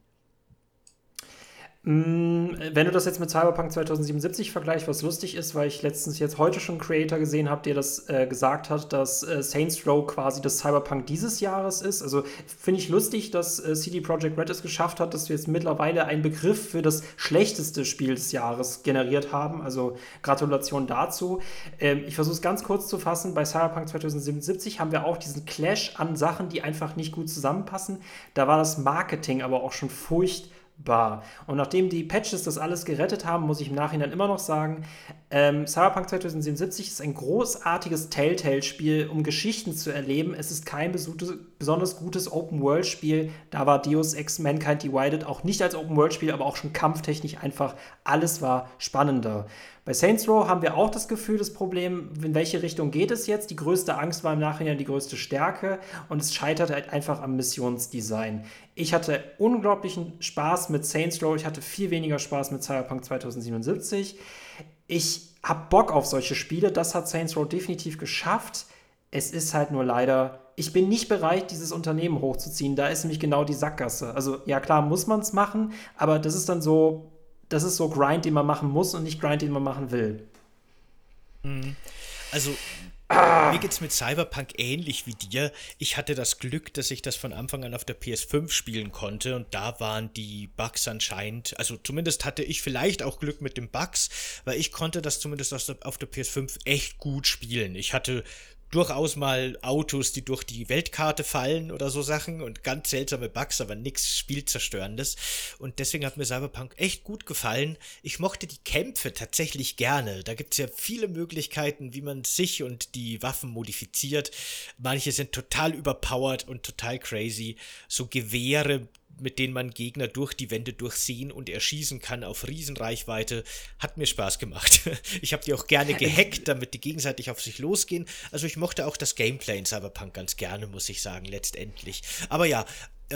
S2: Wenn du das jetzt mit Cyberpunk 2077 vergleichst, was lustig ist, weil ich letztens jetzt heute schon einen Creator gesehen habe, der das gesagt hat, dass Saints Row quasi das Cyberpunk dieses Jahres ist. Also finde ich lustig, dass CD Projekt Red es geschafft hat, dass wir jetzt mittlerweile einen Begriff für das schlechteste Spiel des Jahres generiert haben. Also Gratulation dazu. Ich versuche es ganz kurz zu fassen. Bei Cyberpunk 2077 haben wir auch diesen Clash an Sachen, die einfach nicht gut zusammenpassen. Da war das Marketing aber auch schon furchtbar. Und nachdem die Patches das alles gerettet haben, muss ich im Nachhinein immer noch sagen, Cyberpunk 2077 ist ein großartiges Telltale-Spiel, um Geschichten zu erleben. Es ist kein besonders gutes Open-World-Spiel. Da war Deus Ex Mankind Divided auch nicht als Open-World-Spiel, aber auch schon kampftechnisch einfach. Alles war spannender. Bei Saints Row haben wir auch das Gefühl, das Problem, in welche Richtung geht es jetzt? Die größte Angst war im Nachhinein die größte Stärke und es scheitert halt einfach am Missionsdesign. Ich hatte unglaublichen Spaß mit Saints Row, ich hatte viel weniger Spaß mit Cyberpunk 2077. Ich habe Bock auf solche Spiele, das hat Saints Row definitiv geschafft. Es ist halt nur leider, ich bin nicht bereit, dieses Unternehmen hochzuziehen. Da ist nämlich genau die Sackgasse. Also ja, klar muss man es machen, aber das ist dann so, das ist so Grind, den man machen muss und nicht Grind, den man machen will.
S1: Also, mir geht's mit Cyberpunk ähnlich wie dir. Ich hatte das Glück, dass ich das von Anfang an auf der PS5 spielen konnte und da waren die Bugs anscheinend, also zumindest hatte ich vielleicht auch Glück mit den Bugs, weil ich konnte das zumindest auf der PS5 echt gut spielen. Ich hatte durchaus mal Autos, die durch die Weltkarte fallen oder so Sachen und ganz seltsame Bugs, aber nichts Spielzerstörendes. Und deswegen hat mir Cyberpunk echt gut gefallen. Ich mochte die Kämpfe tatsächlich gerne. Da gibt es ja viele Möglichkeiten, wie man sich und die Waffen modifiziert. Manche sind total überpowered und total crazy. So Gewehre mit denen man Gegner durch die Wände durchsehen und erschießen kann auf Riesenreichweite, hat mir Spaß gemacht. Ich habe die auch gerne gehackt, damit die gegenseitig auf sich losgehen. Also ich mochte auch das Gameplay in Cyberpunk ganz gerne, muss ich sagen, letztendlich. Aber ja,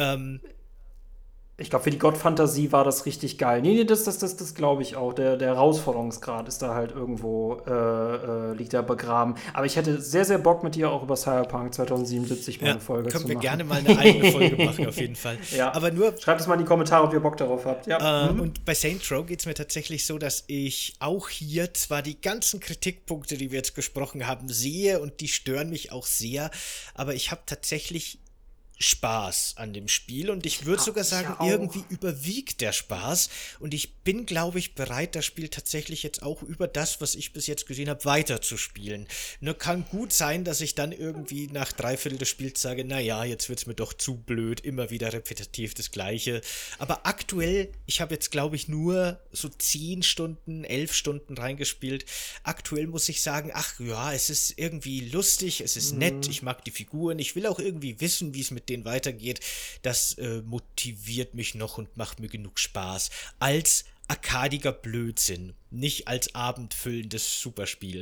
S2: Ich glaube, für die Gottfantasie war das richtig geil. Nee, das glaube ich auch. Der Herausforderungsgrad ist da halt irgendwo, liegt da begraben. Aber ich hätte sehr, sehr Bock mit dir auch über Cyberpunk 2077 mal eine Folge zu machen.
S1: Können wir gerne mal eine eigene Folge machen, auf jeden Fall.
S2: Ja.
S1: Aber nur,
S2: schreibt es mal in die Kommentare, ob ihr Bock darauf habt. Ja.
S1: Und bei Saints Row geht es mir tatsächlich so, dass ich auch hier zwar die ganzen Kritikpunkte, die wir jetzt gesprochen haben, sehe und die stören mich auch sehr, aber ich habe tatsächlich Spaß an dem Spiel und ich würde sogar sagen, irgendwie überwiegt der Spaß und ich bin, glaube ich, bereit, das Spiel tatsächlich jetzt auch über das, was ich bis jetzt gesehen habe, weiterzuspielen. Nur kann gut sein, dass ich dann irgendwie nach 3/4 des Spiels sage, naja, jetzt wird's mir doch zu blöd, immer wieder repetitiv das Gleiche. Aber aktuell, ich habe jetzt, glaube ich, nur so 10 Stunden, 11 Stunden reingespielt. Aktuell muss ich sagen, ach ja, es ist irgendwie lustig, es ist nett, ich mag die Figuren, ich will auch irgendwie wissen, wie es mit denen weitergeht. Das motiviert mich noch und macht mir genug Spaß. Als arkadiger Blödsinn, nicht als abendfüllendes Superspiel.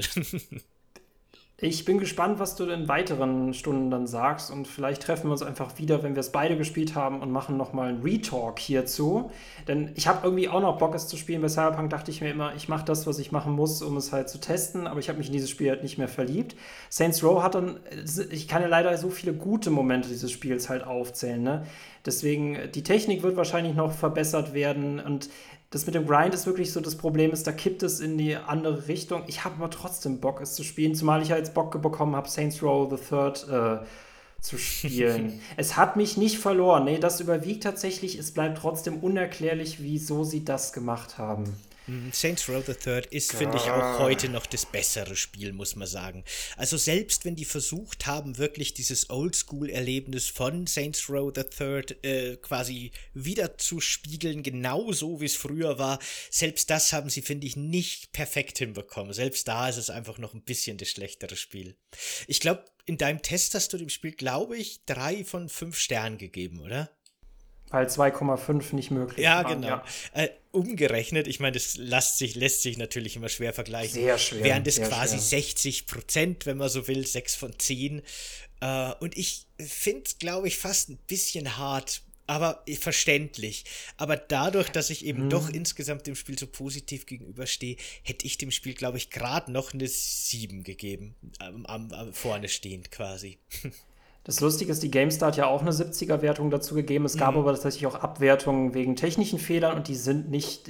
S2: Ich bin gespannt, was du in weiteren Stunden dann sagst und vielleicht treffen wir uns einfach wieder, wenn wir es beide gespielt haben und machen nochmal einen Retalk hierzu. Denn ich habe irgendwie auch noch Bock, es zu spielen. Bei Cyberpunk dachte ich mir immer, ich mache das, was ich machen muss, um es halt zu testen, aber ich habe mich in dieses Spiel halt nicht mehr verliebt. Saints Row hat dann, ich kann ja leider so viele gute Momente dieses Spiels halt aufzählen, ne? Deswegen, die Technik wird wahrscheinlich noch verbessert werden und das mit dem Grind ist wirklich so, das Problem ist, da kippt es in die andere Richtung. Ich habe aber trotzdem Bock, es zu spielen, zumal ich ja jetzt Bock bekommen habe, Saints Row the Third zu spielen. Es hat mich nicht verloren. Nee, das überwiegt tatsächlich. Es bleibt trotzdem unerklärlich, wieso sie das gemacht haben.
S1: Saints Row the Third ist, finde ich, auch heute noch das bessere Spiel, muss man sagen. Also selbst wenn die versucht haben, wirklich dieses Oldschool-Erlebnis von Saints Row the Third quasi wieder zu spiegeln, genauso wie es früher war, selbst das haben sie, finde ich, nicht perfekt hinbekommen. Selbst da ist es einfach noch ein bisschen das schlechtere Spiel. Ich glaube, in deinem Test hast du dem Spiel, glaube ich, 3 von 5 Sternen gegeben, oder?
S2: Weil 2,5 nicht möglich
S1: ja,
S2: waren.
S1: Genau.
S2: Ja,
S1: umgerechnet, ich meine, das lässt sich natürlich immer schwer vergleichen.
S2: Sehr schwer.
S1: Wären das
S2: sehr
S1: quasi
S2: schwer.
S1: 60%, wenn man so will, 6 von 10. Und ich finde es, glaube ich, fast ein bisschen hart, aber verständlich. Aber dadurch, dass ich eben doch insgesamt dem Spiel so positiv gegenüberstehe, hätte ich dem Spiel, glaube ich, gerade noch eine 7 gegeben. Vorne stehend quasi.
S2: Das Lustige ist, die GameStar hat ja auch eine 70er-Wertung dazu gegeben. Es gab aber tatsächlich auch Abwertungen wegen technischen Fehlern und die sind nicht.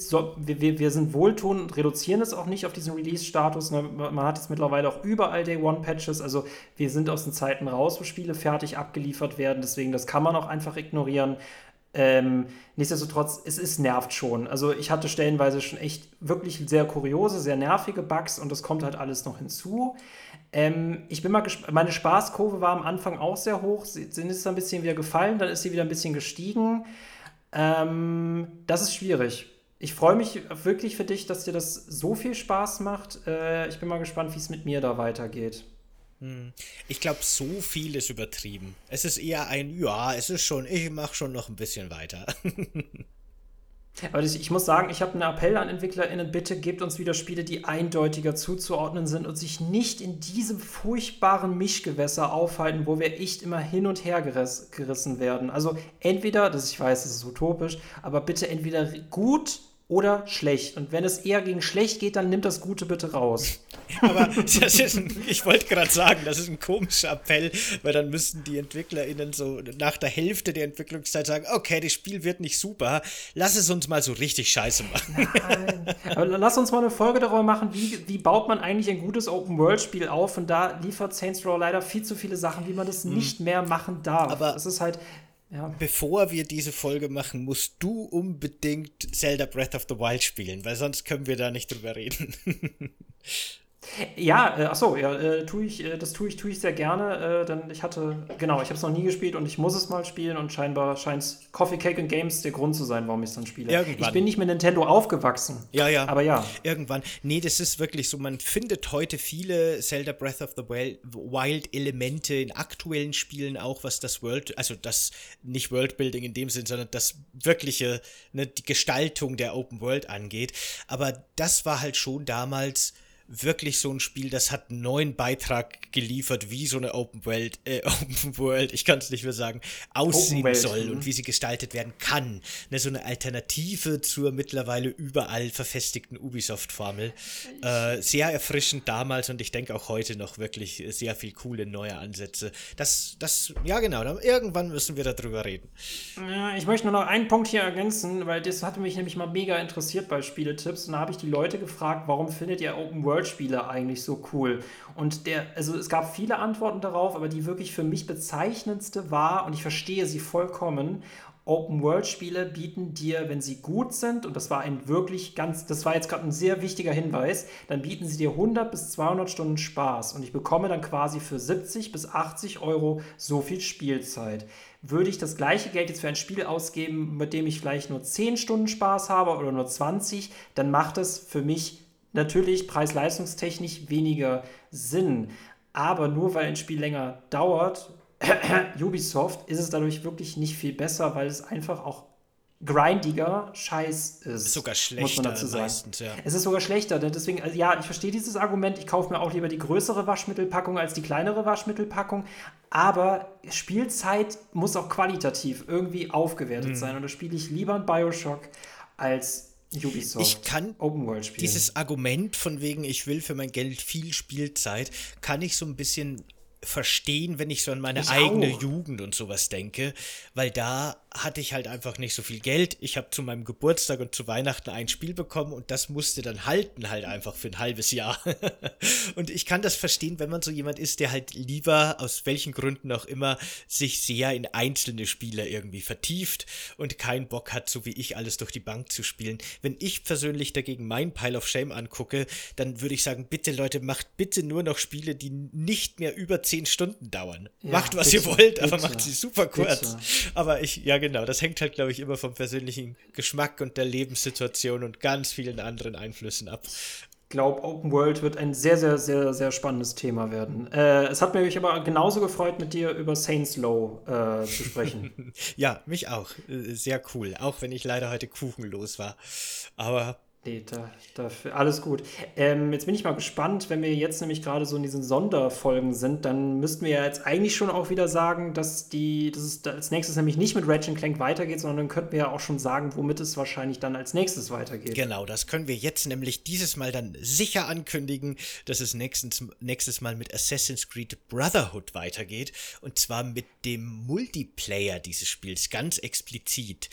S2: Wir sind wohltuend und reduzieren es auch nicht auf diesen Release-Status. Man hat jetzt mittlerweile auch überall Day-One-Patches. Also wir sind aus den Zeiten raus, wo Spiele fertig abgeliefert werden. Deswegen, das kann man auch einfach ignorieren. Nichtsdestotrotz, es nervt schon. Also ich hatte stellenweise schon echt wirklich sehr kuriose, sehr nervige Bugs und das kommt halt alles noch hinzu. Ich bin mal gespannt. Meine Spaßkurve war am Anfang auch sehr hoch. Sie ist ein bisschen wieder gefallen, dann ist sie wieder ein bisschen gestiegen. Das ist schwierig. Ich freue mich wirklich für dich, dass dir das so viel Spaß macht. Ich bin mal gespannt, wie es mit mir da weitergeht.
S1: Ich glaube, so viel ist übertrieben. Es ist eher ich mache schon noch ein bisschen weiter.
S2: Aber ich muss sagen, ich habe einen Appell an EntwicklerInnen, bitte gebt uns wieder Spiele, die eindeutiger zuzuordnen sind und sich nicht in diesem furchtbaren Mischgewässer aufhalten, wo wir echt immer hin und her gerissen werden. Also entweder, ich weiß, das ist utopisch, aber bitte entweder gut oder schlecht. Und wenn es eher gegen schlecht geht, dann nimmt das Gute bitte raus.
S1: Aber ich wollte gerade sagen, das ist ein komischer Appell, weil dann müssten die EntwicklerInnen so nach der Hälfte der Entwicklungszeit sagen, okay, das Spiel wird nicht super, lass es uns mal so richtig scheiße machen.
S2: Nein. Aber lass uns mal eine Folge darüber machen, wie baut man eigentlich ein gutes Open-World-Spiel auf, und da liefert Saints Row leider viel zu viele Sachen, wie man das nicht mehr machen darf.
S1: Aber
S2: es ist halt... Ja.
S1: Bevor wir diese Folge machen, musst du unbedingt Zelda Breath of the Wild spielen, weil sonst können wir da nicht drüber reden.
S2: Ja, achso, ja, tue ich sehr gerne, denn ich habe es noch nie gespielt und ich muss es mal spielen und scheinbar scheint Coffee, Cake and Games der Grund zu sein, warum ich es dann spiele. Ich bin
S1: Irgendwann.
S2: nicht mit Nintendo aufgewachsen,
S1: Ja, ja,
S2: aber ja.
S1: irgendwann. Nee, das ist wirklich so, man findet heute viele Zelda Breath of the Wild Elemente in aktuellen Spielen auch, was das also das nicht Worldbuilding in dem Sinn, sondern das wirkliche, ne, die Gestaltung der Open World angeht. Aber das war halt schon damals wirklich so ein Spiel, das hat einen neuen Beitrag geliefert, wie so eine Open World, ich kann es nicht mehr sagen, aussehen soll und wie sie gestaltet werden kann. Ne, so eine Alternative zur mittlerweile überall verfestigten Ubisoft-Formel. Sehr erfrischend damals und ich denke auch heute noch wirklich sehr viel coole neue Ansätze. Ja genau, irgendwann müssen wir darüber reden.
S2: Ja, ich möchte nur noch einen Punkt hier ergänzen, weil das hatte mich nämlich mal mega interessiert bei Spieletipps. Und da habe ich die Leute gefragt, warum findet ihr Open-World-Spiele eigentlich so cool? Und also es gab viele Antworten darauf, aber die wirklich für mich bezeichnendste war, und ich verstehe sie vollkommen, Open-World-Spiele bieten dir, wenn sie gut sind, und das war jetzt gerade ein sehr wichtiger Hinweis, dann bieten sie dir 100 bis 200 Stunden Spaß und ich bekomme dann quasi für 70 bis 80 Euro so viel Spielzeit. Würde ich das gleiche Geld jetzt für ein Spiel ausgeben, mit dem ich vielleicht nur 10 Stunden Spaß habe oder nur 20, dann macht es für mich natürlich preis-leistungstechnisch weniger Sinn. Aber nur weil ein Spiel länger dauert, Ubisoft, ist es dadurch wirklich nicht viel besser, weil es einfach auch grindiger Scheiß
S1: Ist
S2: ist,
S1: sogar
S2: muss man
S1: schlechter
S2: dazu sagen.
S1: meistens, ja.
S2: Es ist sogar schlechter, denn deswegen, also ja, ich verstehe dieses Argument, ich kaufe mir auch lieber die größere Waschmittelpackung als die kleinere Waschmittelpackung, aber Spielzeit muss auch qualitativ irgendwie aufgewertet sein und da spiele ich lieber ein Bioshock als
S1: Ich
S2: Ubisoft
S1: kann
S2: Open World spielen.
S1: dieses Argument von wegen, ich will für mein Geld viel Spielzeit, kann ich so ein bisschen verstehen, wenn ich so an meine
S2: Ich
S1: eigene
S2: auch.
S1: Jugend und sowas denke, weil da hatte ich halt einfach nicht so viel Geld. Ich habe zu meinem Geburtstag und zu Weihnachten ein Spiel bekommen und das musste dann halten halt einfach für ein halbes Jahr. Und ich kann das verstehen, wenn man so jemand ist, der halt lieber, aus welchen Gründen auch immer, sich sehr in einzelne Spiele irgendwie vertieft und keinen Bock hat, so wie ich, alles durch die Bank zu spielen. Wenn ich persönlich dagegen mein Pile of Shame angucke, dann würde ich sagen, bitte Leute, macht bitte nur noch Spiele, die nicht mehr über 10 Stunden dauern.
S2: Ja,
S1: Macht, was
S2: bitte,
S1: ihr wollt, aber
S2: bitte,
S1: macht sie super kurz.
S2: bitte.
S1: Aber ja genau, das hängt halt, glaube ich, immer vom persönlichen Geschmack und der Lebenssituation und ganz vielen anderen Einflüssen ab.
S2: Glaube, Open World wird ein sehr, sehr, sehr, sehr spannendes Thema werden. Es hat mich aber genauso gefreut, mit dir über Saints Low zu sprechen.
S1: Ja, mich auch. Sehr cool. Auch wenn ich leider heute kuchenlos war. Aber
S2: Nee, alles gut. Jetzt bin ich mal gespannt, wenn wir jetzt nämlich gerade so in diesen Sonderfolgen sind, dann müssten wir ja jetzt eigentlich schon auch wieder sagen, dass es als nächstes nämlich nicht mit Ratchet Clank weitergeht, sondern dann könnten wir ja auch schon sagen, womit es wahrscheinlich dann als nächstes weitergeht.
S1: genau, das können wir jetzt nämlich dieses Mal dann sicher ankündigen, dass es nächstes Mal mit Assassin's Creed Brotherhood weitergeht. Und zwar mit dem Multiplayer dieses Spiels, ganz explizit.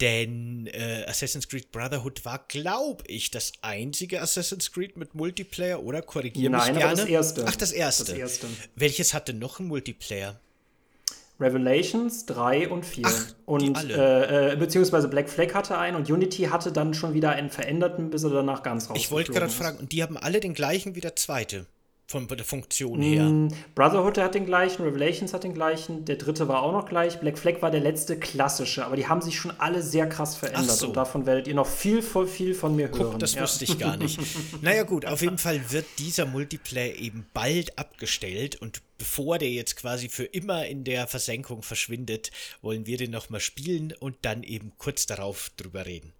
S1: Denn Assassin's Creed Brotherhood war, glaube ich, das einzige Assassin's Creed mit Multiplayer, oder? Korrigier mich
S2: Nein,
S1: gerne.
S2: aber das erste.
S1: Ach, das erste.
S2: Das erste.
S1: Welches hatte noch einen Multiplayer?
S2: Revelations 3 und 4.
S1: Ach, die
S2: Und
S1: alle.
S2: beziehungsweise Black Flag hatte einen und Unity hatte dann schon wieder einen veränderten, bis er danach ganz
S1: Ich wollte
S2: rausgeflogen
S1: gerade
S2: ist.
S1: fragen, und die haben alle den gleichen wie der zweite. Von der Funktion her.
S2: Brotherhood hat den gleichen, Revelations hat den gleichen, der dritte war auch noch gleich. Black Flag war der letzte klassische, aber die haben sich schon alle sehr krass verändert.
S1: Ach so.
S2: Und davon werdet ihr noch viel von mir hören.
S1: Guck, das wusste ich gar nicht. Naja gut, auf jeden Fall wird dieser Multiplayer eben bald abgestellt und bevor der jetzt quasi für immer in der Versenkung verschwindet, wollen wir den nochmal spielen und dann eben kurz darauf drüber reden.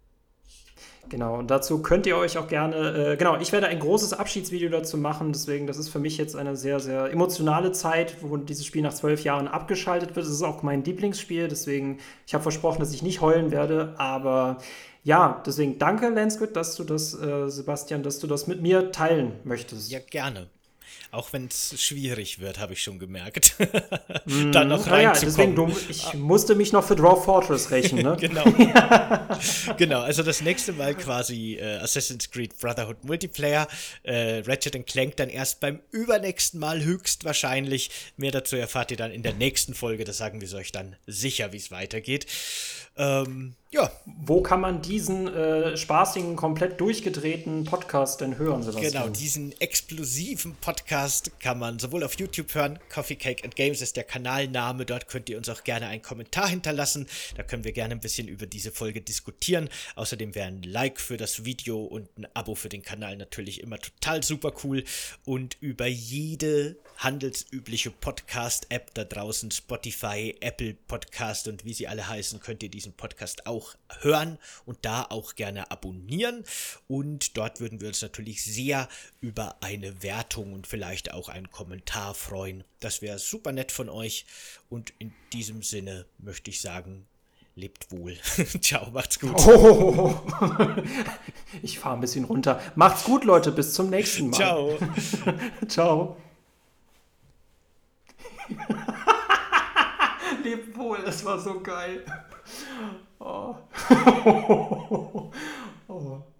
S2: Genau, und dazu könnt ihr euch auch gerne, ich werde ein großes Abschiedsvideo dazu machen, deswegen, das ist für mich jetzt eine sehr, sehr emotionale Zeit, wo dieses Spiel nach 12 Jahren abgeschaltet wird. Es ist auch mein Lieblingsspiel, deswegen, ich habe versprochen, dass ich nicht heulen werde, aber ja, deswegen danke, Landsgut, dass du das, Sebastian, dass du das mit mir teilen möchtest.
S1: Ja, gerne. Auch wenn es schwierig wird, habe ich schon gemerkt. Da noch reinzukommen.
S2: Deswegen, ich musste mich noch für Dwarf Fortress rächen, ne?
S1: Genau. Genau, also das nächste Mal quasi Assassin's Creed Brotherhood Multiplayer, Ratchet Clank dann erst beim übernächsten Mal höchstwahrscheinlich. Mehr dazu erfahrt ihr dann in der nächsten Folge, das sagen wir euch dann sicher, wie es weitergeht. Ja,
S2: Wo kann man diesen spaßigen, komplett durchgedrehten Podcast denn hören, Sebastian?
S1: genau, diesen explosiven Podcast kann man sowohl auf YouTube hören, Coffee Cake and Games ist der Kanalname, dort könnt ihr uns auch gerne einen Kommentar hinterlassen, da können wir gerne ein bisschen über diese Folge diskutieren. Außerdem wäre ein Like für das Video und ein Abo für den Kanal natürlich immer total super cool, und über jede handelsübliche Podcast-App da draußen, Spotify, Apple Podcast und wie sie alle heißen, könnt ihr diesen Podcast auch hören und da auch gerne abonnieren, und dort würden wir uns natürlich sehr über eine Wertung und vielleicht auch einen Kommentar freuen. Das wäre super nett von euch, und in diesem Sinne möchte ich sagen, lebt wohl. Ciao, macht's gut.
S2: Oh, ich fahre ein bisschen runter. Macht's gut, Leute, bis zum nächsten Mal.
S1: Ciao.
S2: Ciao. Lebt wohl, das war so geil. Oh. Oh.